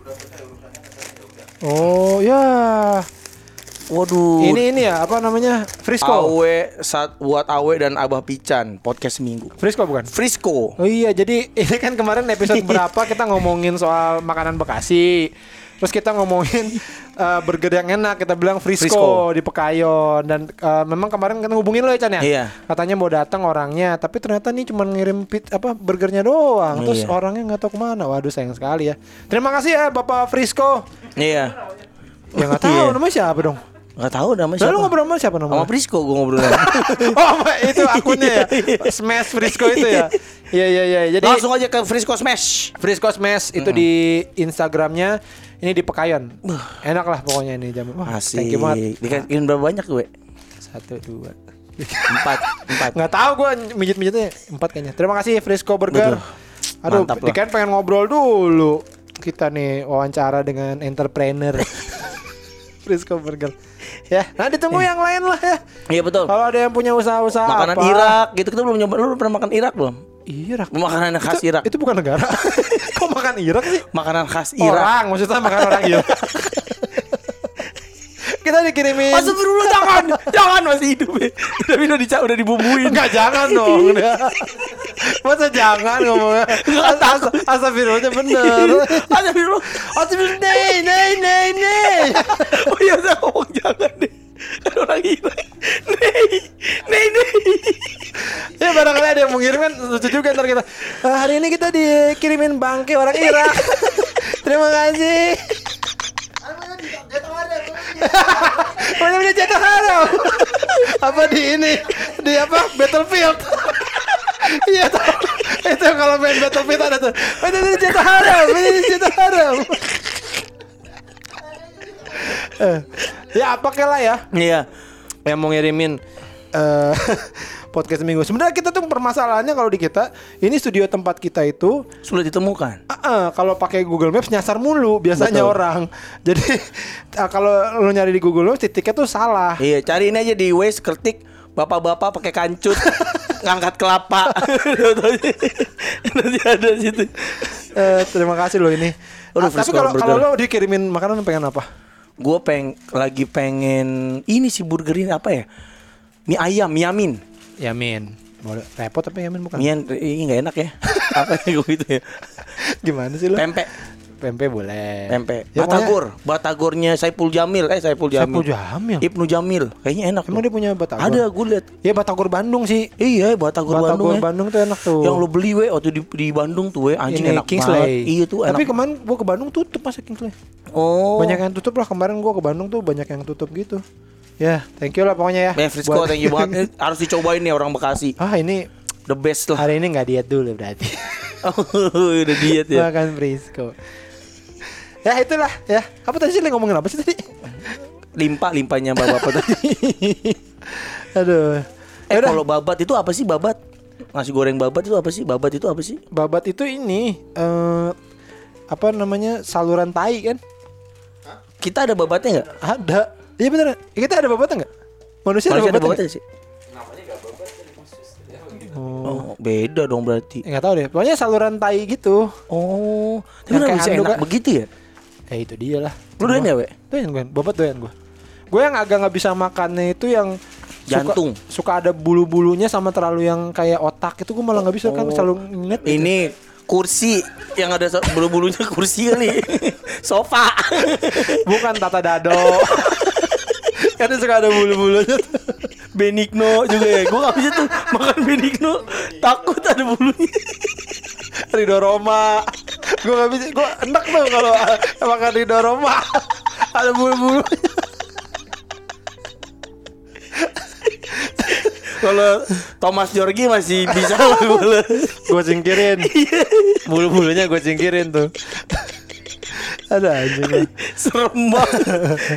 Oh ya, Waduh. ini ini ya apa namanya Frisco. Awe saat buat Awe dan Abah Pican podcast seminggu. Frisco bukan? Frisco. Oh iya, jadi ini kan kemarin episode berapa kita ngomongin soal makanan Bekasi. Terus kita ngomongin uh, burger yang enak, kita bilang Frisco, Frisco. di Pekayon. Dan uh, memang kemarin kita hubungin lo ya Chan ya. Iya. Katanya mau datang orangnya, tapi ternyata nih cuma ngirim pit apa burgernya doang. Terus Iya. orangnya nggak tahu kemana. Waduh sayang sekali ya. Terima kasih ya Bapak Frisco. Iya. Ya nggak tahu Iya. namanya siapa dong. Enggak tahu namanya Lalu siapa. ngobrol sama siapa Sama namanya? Frisco gue ngobrolnya. Oh itu akunnya ya. Smash Frisco itu ya. Iya iya iya. Jadi Langsung aja ke Frisco Smash. Frisco Smash itu di Instagramnya. Ini di Pekayon. Enak lah pokoknya ini jam. Wah, Asik. thank you banget. Dikasih berapa banyak gue? Satu dua. Empat. Empat. Nggak tahu gue mijit-mijitnya empat kayaknya. Terima kasih Frisco Burger. Betul. Aduh, Mantap lah. Dikan pengen ngobrol dulu. Kita nih wawancara dengan entrepreneur. Frisco Burger. Ya, nah ditunggu yang lain lah ya. Iya betul. Kalau ada yang punya usaha-usaha Makanan apa? Irak gitu kita belum nyoba. Lu pernah makan Irak belum? Irak. Makanan khas Itu, Irak. itu bukan negara. Kok makan Irak sih? Makanan khas Irak. Orang, maksudnya makan orang Irak. Kita dikirimin. Astagfirullah, jangan. Jangan, masih hidup ya. Tapi udah dica udah dibumbuin. Enggak, jangan dong. Masa jangan ngomongnya. As- Astagfirullahnya bener. Astagfirullah. Astagfirullah. Nei, nei, nei, nei. Oh iya, saya ngomong jangan deh. Ada orang Irak. Nih. Nih, nih. Ya barangkali ada yang mengirim kan lucu juga ntar kita. "Ah, hari ini kita dikirimin bangke orang Irak. Terima kasih. Mana punya jatuh haram? Apa di ini? Di apa? Battlefield. Iya tuh. Itu kalau main Battlefield ada tuh. Mana punya jatuh haram? Mana punya jatuh haram? Eh, ya apa lah ya? Iya. Yang mau ngirimin eh podcast minggu. Sebenarnya kita tuh permasalahannya kalau di kita ini studio tempat kita itu Sulit ditemukan. uh, uh, kalau pakai Google Maps nyasar mulu biasanya Betul. orang. Jadi uh, kalau lu nyari di Google Maps titiknya tuh salah. Iya, cariin aja di Waze ketik bapak-bapak pakai kancut ngangkat kelapa. Nanti ada di situ. Eh, terima kasih loh ini. Aduh, Ah, tapi Frisco kalau Burger. kalau lo dikirimin makanan pengen apa? Gue peng lagi pengen ini si burger ini apa ya? Mie ayam, mie yamin. Yamin. Boleh repot tapi Yamin bukan. Mie ini nggak enak ya? Apa ya gue gitu ya? Gimana sih lo? Pempek, Pempek boleh. pempek. Ya, Batagor, Batagornya Saipul Jamil, eh Saipul Jamil. Saipul Jamil. Ibnu Jamil, kayaknya enak. Emang loh. dia punya Batagor? Ada, gue liat. Ya Batagor Bandung sih. Iya, Batagor, Batagor Bandung. ya. Bandung tuh enak tuh. Yang lo beli we waktu di, di Bandung tuh we anjing Ini enak Kingsley. banget. Iya tuh enak. Tapi kemarin gua ke Bandung tutup masa Kingsley. oh. Banyak yang tutup lah kemarin gua ke Bandung tuh banyak yang tutup gitu. Ya, thank you lah pokoknya ya. Ben Frisco, Buat- thank you banget. Harus dicobain nih orang Bekasi. Ah ini The best lah. hari ini nggak diet dulu berarti. Oh, udah diet ya. Makan Frisco. Ya itulah ya. Apa tadi sih lu ngomongin apa sih tadi? Limpa limpanya bapak tadi. Aduh. Eh Yaudah. kalau babat itu apa sih babat? Nasi goreng babat itu apa sih? Babat itu apa sih? Babat itu ini eh apa namanya saluran tai kan? Kita ada babatnya nggak? Ada. Iya bener. Kita ada babatnya nggak? Manusia, Manusia ada ada babatnya babatnya sih? Oh, beda dong berarti. nggak? Nggak tahu deh. Pokoknya saluran tai gitu. Oh, tapi Yang kenapa kayak bisa handuk, enak Kak. begitu ya? Ya itu dia lah. Lu doyan ya, we? Doyan gue. Babat doyan gue. Gue yang agak nggak bisa makannya itu yang Jantung. Suka, suka ada bulu-bulunya sama terlalu yang kayak otak itu gue malah nggak bisa kan Oh. selalu inget. gitu. Ini kursi yang ada so- bulu-bulunya kursi kali. Sofa. Bukan tata dado. Karena suka ada bulu-bulunya. Benigno juga ya. Gue gak bisa tuh makan Benigno. Takut ada bulunya. Ridho Roma. Gue gak bisa. Gue enak tuh kalau uh, makan Ridho Roma. Ada bulu-bulunya. Kalau Thomas Georgi masih bisa lah gue. Gue singkirin. Bulu-bulunya gue singkirin tuh. Ada anjing. Serem banget.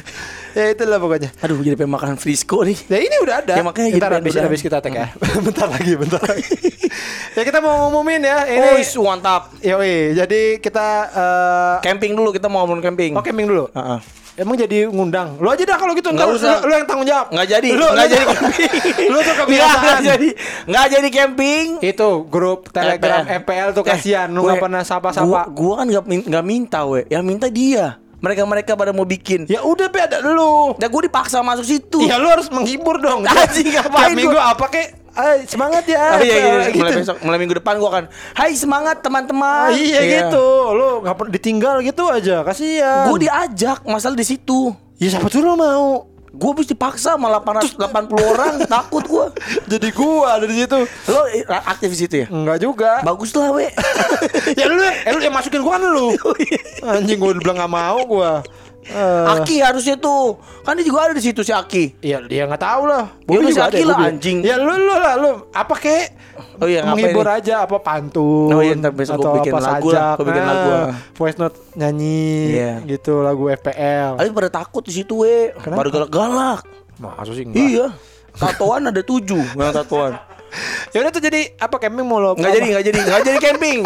Ya itulah pokoknya. Aduh jadi pengen makan Frisco nih. Ya ini udah ada. Ya, makanya gitu Ntar kan, habis, udah. habis kita tag ya. Bentar lagi, bentar lagi. Ya kita mau ngumumin ya. Ini. Oh is, mantap. Yoi, jadi kita eh Camping dulu, kita mau ngomong camping. oh camping dulu. Heeh. Emang jadi ngundang. Lu aja dah kalau gitu. Nggak Ntar usah. Lu, lu yang tanggung jawab. Nggak jadi, Lu, nggak lu- jadi camping. Lu tuh Nggak, kebiasaan. nggak jadi, nggak jadi camping. Itu grup Telegram F P L tuh kasihan. Lu Eh, nggak gue- pernah Gua, sapa-sapa. gua kan nggak min- nggak minta, we. Yang minta dia. Mereka-mereka pada mau bikin. Ya udah be ada lu. Ya gue dipaksa masuk situ. Ya lu harus menghibur dong. Anjing, ngapain Tiap minggu gua? apa kek? Ay, semangat ya. Oh iya, iya, gitu. mulai besok, mulai minggu depan gua akan hai semangat Ah, teman-teman. iya, gitu. Lu nggak pernah ditinggal gitu aja. Kasihan. Gue diajak, masalah di situ. Ya siapa tuh lu mau? Gue habis dipaksa sama delapan ratus delapan puluh orang, takut gue. Jadi gua ada di situ. Lo eh, aktif di situ ya? Enggak juga. Bagus lah, we. Ya lu, eh, lu yang masukin gua kan lu. Anjing gua bilang nggak mau gua. Eh, Aki harusnya tuh. Kan dia juga ada di situ si Aki. ya dia nggak tahu lah. Ya lu si juga Aki ada, lah, Bobby. anjing. Ya lu lu lah lu apa kek? Oh iya, ngapain menghibur nih? aja apa pantun. Oh iya, ntar besok gua bikin lagu lah, gua bikin lagu lah. Voice note nyanyi Iya. gitu lagu F P L. Tapi pada takut di situ, we. Kenapa? Pada galak-galak. Masa sih enggak? Iya. Tatoan ada tujuh yang tatoan. Ya udah tuh jadi apa camping mau lo? Nggak jadi, nggak jadi, nggak jadi camping.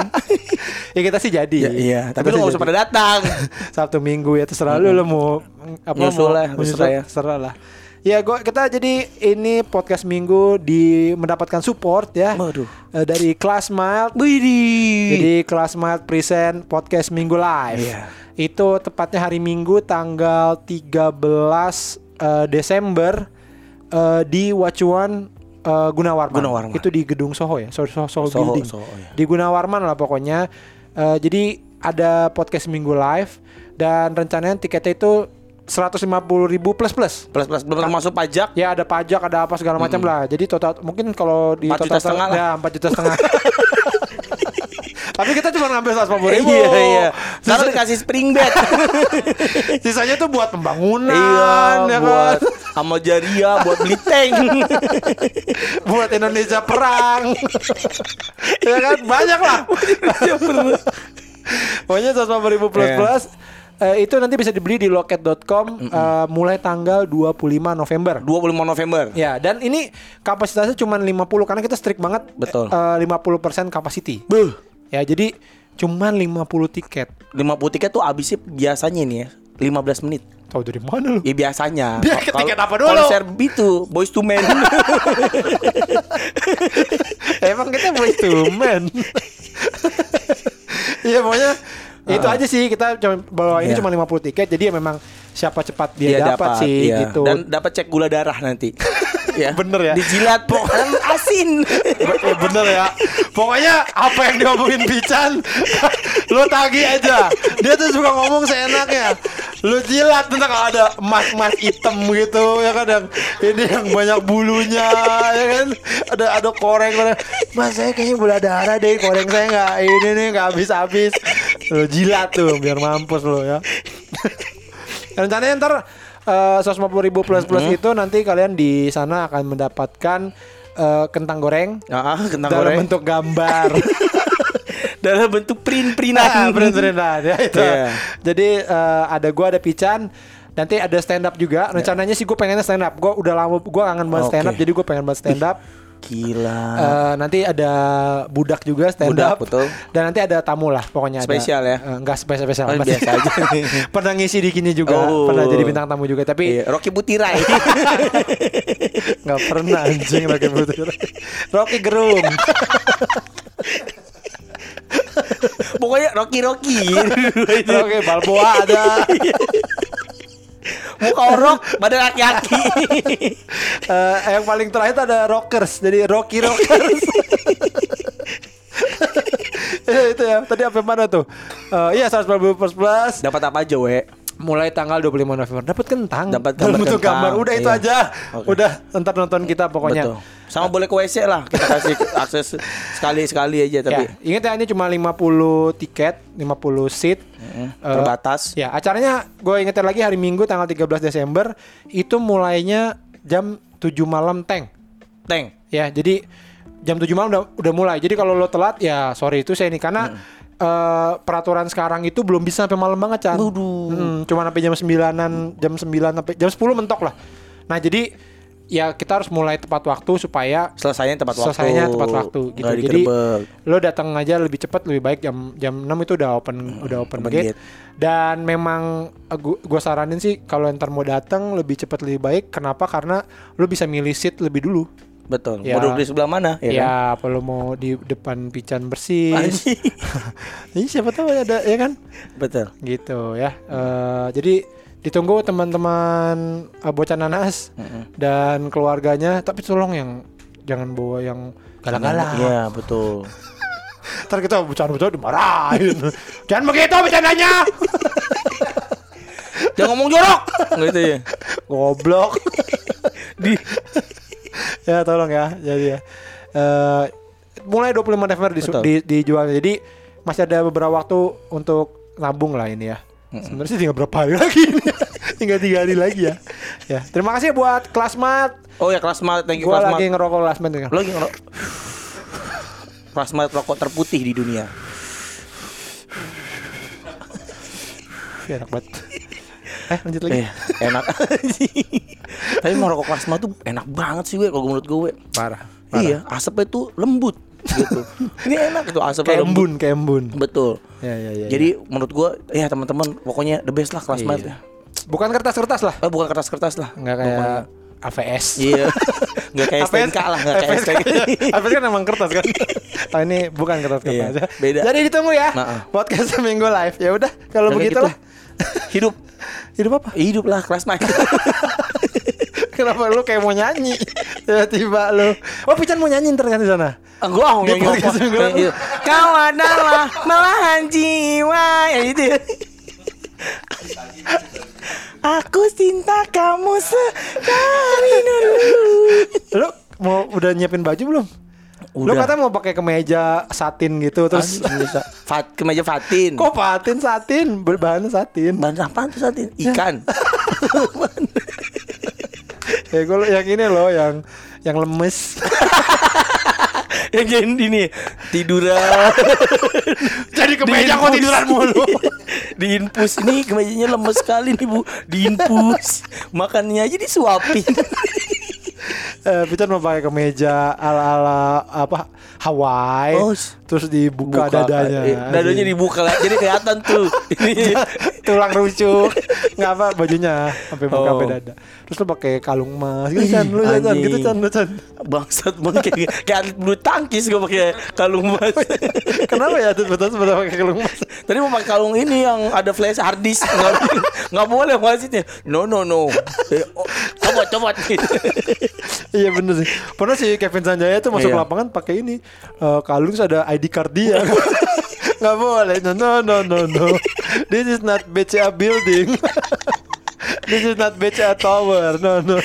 Ya kita sih jadi. Ya, iya, tapi Kita lu sih nggak usah jadi. pada datang. Sabtu Minggu ya terserah lu lu mau apa Nyusul mau lah, mau terserah nyusul, ya. terserah lah. Ya gua kita jadi ini podcast Minggu di mendapatkan support ya. Waduh. eh, dari Class Mild. Widih. Jadi Class Mild present podcast Minggu live. Iya. Itu tepatnya hari Minggu tanggal tiga belas eh, Desember eh, di Wacuan eh, Gunawarman. Gunawarman. Itu di gedung Soho ya, Soho, Soho, Soho Soho, Building. Soho, ya. Di Gunawarman lah pokoknya. Eh, jadi ada podcast Minggu live dan rencananya tiketnya itu seratus lima puluh ribu plus plus. Plus plus belum termasuk pajak. Ya ada pajak, ada apa segala macam lah. Jadi total mungkin kalau di Empat total juta setengah lah. ya empat juta setengah. Tapi kita cuma ngambil seratus lima puluh ribu. Iya iya. Sisa- Sekarang dikasih spring bed. Sisanya tuh buat pembangunan, Iya, ya buat kan? sama Jaria, buat beli tank. Buat Indonesia perang. Ya kan banyak lah. Pokoknya seratus lima puluh ribu plus Iya. plus. Eh, itu nanti bisa dibeli di loket dot com eh, mulai tanggal dua puluh lima November. dua puluh lima November. Ya, dan ini kapasitasnya cuma lima puluh karena kita strict banget. Betul. eh, lima puluh persen capacity. Buh. Ya, jadi cuman lima puluh tiket. lima puluh tiket tuh habisnya biasanya nih ya lima belas menit. Tahu dari mana lu? Ya biasanya. Dia Kalau- tiket apa dulu? Konser itu Boys to Men. Emang kita boys to men. Iya pokoknya itu aja sih kita cuma bawa ini Iya. cuma lima puluh tiket jadi ya memang siapa cepat dia dapat sih iya. gitu. Dan dapat cek gula darah nanti. Ya. Bener ya? Dijilat kan asin. Eh, bener ya. Pokoknya apa yang diomongin Pican lu tagih aja. Dia tuh suka ngomong seenaknya. Lu jilat nanti kalau ada emas-emas hitam gitu ya kan yang ini yang banyak bulunya ya kan. Ada ada koreng koreng. Mas saya kayaknya gula darah deh, koreng saya nggak ini nih nggak habis-habis. Lu jilat tuh biar mampus lu ya. Rencananya ntar uh, seratus lima puluh ribu plus plus itu nanti kalian di sana akan mendapatkan uh, kentang goreng Ah, kentang dalam goreng. bentuk gambar. Dalam bentuk print-printan. Nah, print-printan ya itu. Iya. Jadi uh, ada gua ada Pican. Nanti ada stand up juga. Rencananya sih gue pengennya stand up. Gue udah lama gue kangen banget stand up. Oke. Jadi gue pengen banget stand up. Gila. Eh, nanti ada budak juga stand Budak, up. betul. Dan nanti ada tamu lah pokoknya. Spesial ada, ya? eh, enggak spesial spesial. Oh, biasa aja. Pernah ngisi di kini juga. Oh. Pernah jadi bintang tamu juga. Tapi Iya, Rocky Butirai. nggak pernah anjing Rocky Putri. Rocky Gerung. Pokoknya Rocky Rocky. Rocky Balboa ada. Muka orok, badan laki-laki. Eh, yang paling terakhir ada Rockers. Jadi Rocky Rockers. Eh, itu ya. Tadi apa mana tuh? Eh, iya seratus lima puluh plus plus. Dapat apa aja, we? Mulai tanggal dua puluh lima November dapat kentang. Dapat dalam gambar bentuk kentang. gambar. Udah itu Iya. aja. Oke. Udah ntar nonton kita pokoknya. Betul. Sama boleh ke W C lah. Kita kasih akses sekali-sekali aja tapi Ya, ingat ya ini cuma lima puluh tiket, lima puluh seat. Mm, Eh, terbatas. Ya, acaranya gue ingetin lagi hari Minggu tanggal tiga belas Desember itu mulainya jam tujuh malam Teng. Teng. Ya, jadi jam tujuh malam udah udah mulai. Jadi kalau lo telat ya sorry itu saya ini karena eh, peraturan sekarang itu belum bisa sampai malam banget, Chan. Waduh. Hmm, cuma sampai jam sembilanan, jam sembilan sampai jam sepuluh mentok lah. Nah, jadi ya kita harus mulai tepat waktu supaya Selesainya tepat waktu. selesainya tepat waktu gitu. Nggak Jadi digerebek. lo datang aja lebih cepat lebih baik jam jam enam itu udah open udah open open gate. gate. Dan memang eh, gua, gua saranin sih kalau ntar mau datang lebih cepat lebih baik. Kenapa? Karena lo bisa milih seat lebih dulu. Betul. Ya. Mau duduk di sebelah mana? Ya, Ya, kan? apa lo mau di depan Pican bersih? Anjing. Ini siapa tahu ada ya kan? Betul. Gitu ya. Eh, jadi ditunggu teman-teman uh, bocah nanas dan keluarganya, tapi tolong yang jangan bawa yang galak-galak. Iya, betul. Ntar kita bercanda-bercanda dimarahin. Jangan begitu bercandanya. Jangan ngomong jorok. Gitu ya. Goblok. Di ya tolong ya. Jadi ya. Eh, mulai dua puluh lima Desember di, Betul. di, dijual. Jadi masih ada beberapa waktu untuk nabung lah ini ya. Sebenarnya sih tinggal berapa hari lagi ini. Tinggal tiga hari lagi ya. Ya, terima kasih buat Klasmat. Oh ya, Klasmat, thank you Gua Klasmat. lagi ngerokok Klasmat kan. Lo lagi ngerokok. Klasmat rokok terputih di dunia. Ya, enak banget. Eh, lanjut lagi. Eh, enak. Tapi merokok Klasmat tuh enak banget sih gue kalau menurut gue. Parah. Iya, asapnya tuh lembut gitu. Ini enak itu asapnya Kayak embun, lembut. kayak embun. Betul. Ya, ya, ya. Jadi menurut gue ya teman-teman pokoknya the best lah Klasmat Iya. ya. Bukan kertas-kertas lah. Eh bukan kertas-kertas lah. Enggak kayak A V S. Iya. Enggak kayak S T N K lah, enggak kayak S T N K. A V S kan emang kertas kan. Oh, ini bukan kertas-kertas. Iya, beda. Jadi ditunggu ya. Nah, Podcast Seminggu Live. Ya udah, kalau Udah begitulah. Hidup. Hidup apa? Hidup lah Klasmat. Kenapa lu kayak mau nyanyi? Tiba-tiba lu. Oh, Pican mau nyanyi ntar kan di sana. Gue mau Di nyanyi podcast apa? Minggu Kayak Lalu. gitu. Kau adalah belahan jiwa ya gitu. Aku cinta kamu sekali dulu. Lu mau udah nyiapin baju belum? Lu Udah. katanya mau pakai kemeja satin gitu terus. Bisa. Fat, kemeja fatin. Kok patin satin? Berbahan satin. Bahan apaan tuh satin? Ikan. Ya gue yang ini loh yang yang lemes. Yang kayak ini tiduran. Jadi kemeja kok tiduran mulu. Diinfus ini kemejanya lemes sekali nih Bu. Diinfus. Makannya aja disuapin. Eh, Pican mau pakai kemeja ala-ala apa Hawaii, Oh, terus dibuka Buka, dadanya. eh, dadanya dibuka lah. Jadi kelihatan tuh. Ini Tulang rusuk. Nggak apa bajunya sampai buka Oh. sampai dada. Terus lu pakai kalung emas gitu Chan, lu Chan, anjing. gitu Chan, lu Chan. bangsat banget kayak, kayak atlet bulu tangkis gue pakai kalung emas. Kenapa ya tuh betul betul pakai kalung emas? Tadi mau pakai kalung ini yang ada flash hard disk. Nggak, nggak boleh wasitnya. No no no. Eh, oh, coba coba. Iya bener sih. Pernah sih Kevin Sanjaya tuh masuk Iya. lapangan pakai ini eh, kalung terus ada I D card dia. Nggak boleh. No no no no no. This is not B C A building. This is not B C A tower. No no.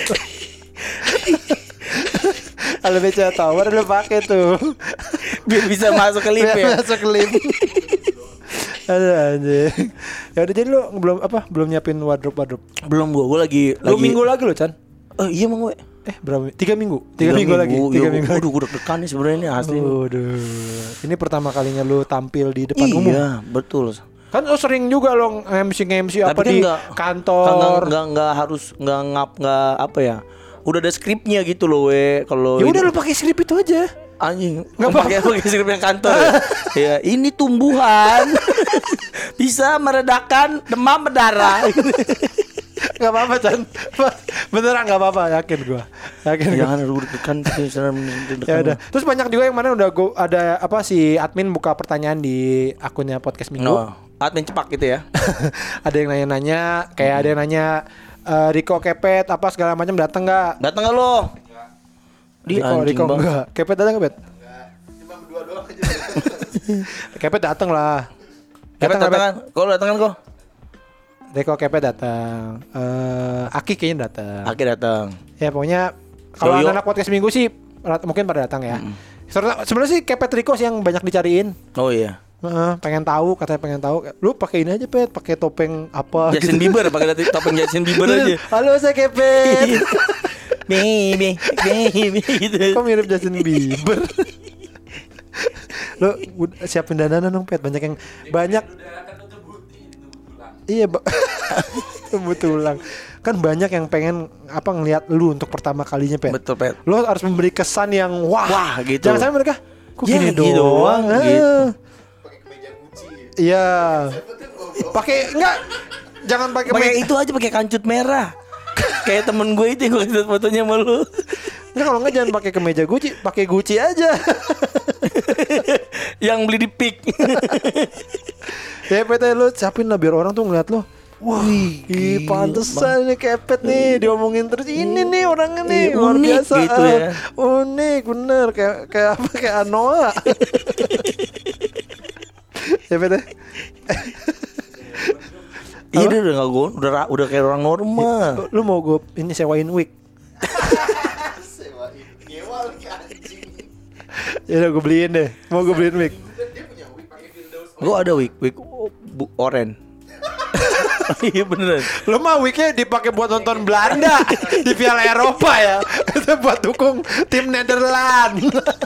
Kalau B C A tower lu pakai tuh. Biar bisa masuk ke lift ya. Biar masuk ke lift. Aduh anjing. Ya udah jadi lu belum apa? Belum nyiapin wardrobe wardrobe. Belum gua, gua lagi Lu lagi. minggu lagi lo Chan. Oh iya Mang gue. Eh berapa? Tiga minggu. Tiga, Tiga minggu, minggu lagi. Tiga ya, minggu. Aduh, gue deg-degan nih sebenarnya nih asli. Aduh. Ini pertama kalinya lu tampil di depan iya, umum. Iya, betul. Kan lu sering juga lo M C M C apa kan di enggak, kantor. Enggak enggak harus enggak ngap enggak apa ya. Udah ada skripnya gitu loh we kalau. Ya udah lu pakai skrip itu aja. Anjing, nggak pakai pakai skrip yang kantor ya. Ya, ini tumbuhan bisa meredakan demam berdarah. Gak apa-apa Chan. Beneran gak apa-apa, yakin gua. Yakin gua. Jangan lu deg-degan. Ya udah. Terus banyak juga yang mana udah gua ada apa si admin buka pertanyaan di akunnya podcast Minggu. No, admin cepak gitu ya. Ada yang nanya-nanya, kayak ada yang nanya uh, Riko Kepet apa segala macam datang nggak? Datang nggak lo? Di Riko, Riko enggak. Kepet datang Kepet? Enggak, cuma berdua doang aja. Kepet datang lah. Kepet datang kan? Kau datang kan kau? Riko Kepet datang. Uh, Aki kayaknya datang. Aki datang. Ya pokoknya kalau Yoyo. anak podcast Minggu sih mungkin pada datang ya. Mm-hmm. Sebenarnya sih Kepet Riko sih yang banyak dicariin. Oh iya. Uh, pengen tahu, katanya pengen tahu. Lu pakai ini aja Pet, pakai topeng apa Justin gitu. Bieber, pakai topeng Justin Bieber aja. Halo saya Kepet. Baby, baby gitu. Kok mirip Justin Bieber? Lu siapin dandanan dong Pet, banyak yang banyak. Iya, ba- tumbuh tulang. Kan banyak yang pengen apa ngelihat lu untuk pertama kalinya, Pet. Betul, Pet. Lu harus memberi kesan yang wah, Wah, gitu. Jangan sampai mereka kok Ya, gini gini doang. doang, Ah. gitu. Pakai kemeja Gucci. Iya. Pakai enggak jangan pakai Pakai me- itu aja pakai kancut merah. Kayak temen gue itu yang gue lihat fotonya sama lu. Enggak, kalau enggak jangan pakai kemeja Gucci, pakai Gucci aja. Yang beli di Pik. Ya Pet, lu siapin lah biar orang tuh ngeliat lu. Wah, ih pantesan nih Kepet nih diomongin terus ini nih orangnya nih Iya, luar unik biasa gitu ah. ya. Unik bener kayak kayak apa kayak Anoa. Ya Pet. Iya dia udah nggak gue, udah ra- udah kayak orang normal. Lu mau gue ini sewain wig? Sewain nyewa lagi anjing. Ya udah gue beliin deh. Mau gue beliin wig. Dia punya wig pakai Firdaus. Gue ada wig, wig oh, bu, oren. Iya beneran. Lu mah wignya dipakai buat nonton Belanda di Piala Eropa ya. Itu buat dukung tim Nederland.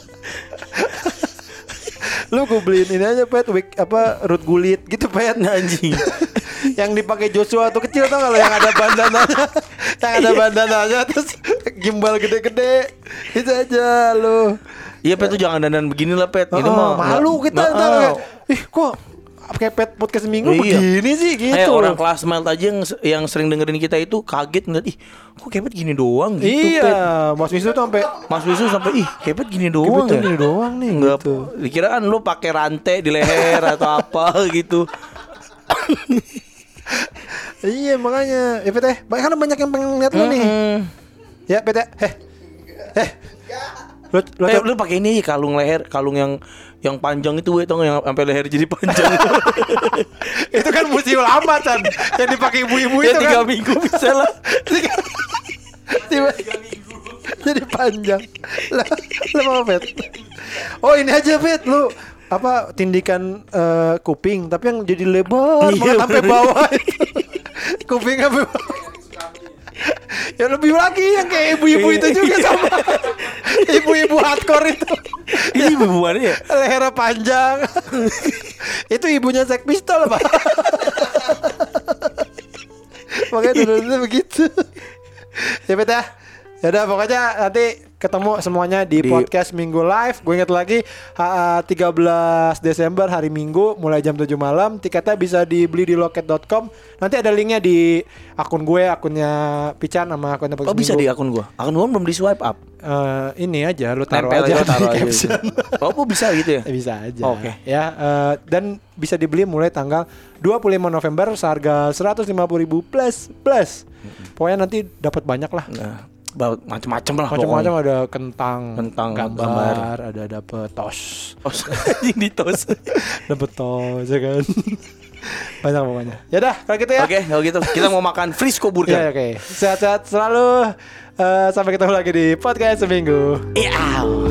Lu gue beliin ini aja Pet, wig apa Ruth Gullit gitu Pet. Anjing. Yang dipakai Joshua tuh kecil tau gak lo, yang ada bandananya. Yang ada bandananya terus gimbal gede-gede. Itu aja lu. Iya Pet tuh jangan dandan begini lah Pet. Ini Oh, mah malu nggak- kita Nah, ntar ah. kayak, ih kok kayak Pet podcast Minggu Iya. begini sih gitu. Kayak orang loh. kelas Melt aja yang yang sering dengerin kita itu kaget ngeliat ih kok Kepet gini doang gitu Iya, Pet. Mas Wisnu tuh sampai Mas Wisu sampai ih Kepet gini doang Kepet ya. gini doang nih Enggak, gitu. dikira kan lu pakai rantai di leher atau apa gitu. Iya makanya, ya Pet eh, banyak kan banyak yang pengen lihat lu nih. Mm. Ya Pet eh, eh, eh, lu, lu, Eh, lu pakai ini kalung leher, kalung yang yang panjang itu we, tau gak, yang sampai leher jadi panjang. itu kan musim lama Chan, yang dipakai ibu-ibu Ya itu tiga kan. minggu bisa lah. Tiga, tiba, jadi panjang. Lah, lu mau Pet? Oh ini aja Pet, lu apa tindikan eh, kuping tapi yang jadi lebar Iya, banget sampai bener. bawah itu. Kuping sampai bawah. Ya lebih lagi yang kayak ibu-ibu itu juga sama. Ibu-ibu hardcore itu. Ini hubungannya ya? Lehernya panjang. Itu ibunya Sex Pistol Pak. Makanya dulu-dulu begitu. Ya Pet ya. Yaudah pokoknya nanti ketemu semuanya di, Di- podcast Minggu Live. Gue inget lagi ha- tiga belas Desember hari Minggu mulai jam tujuh malam. Tiketnya bisa dibeli di loket dot com. Nanti ada linknya di akun gue, akunnya Pican sama akunnya podcast Oh bisa Minggu. di akun gua. Akun gua belum di swipe up. Eh, ini aja lu taruh Nempel aja aja, taruh di aja caption. gitu. Oh, bisa gitu ya? Eh, bisa aja. Oke. Ya, eh, dan bisa dibeli mulai tanggal dua puluh lima November seharga seratus lima puluh ribu plus plus. Pokoknya nanti dapat banyak lah. Nah, ba- macam-macam lah Macam-macam pokoknya. ada kentang, Kentang, gambar, gambar. ada dapet tos. Oh, anjing di tos. Dapet tos ya kan. Banyak pokoknya. Ya dah, kalau gitu ya. Oke, kalau gitu kita mau makan Frisco Ya, Burger. oke. Sehat-sehat selalu. Eh, sampai ketemu lagi di podcast seminggu. Iya.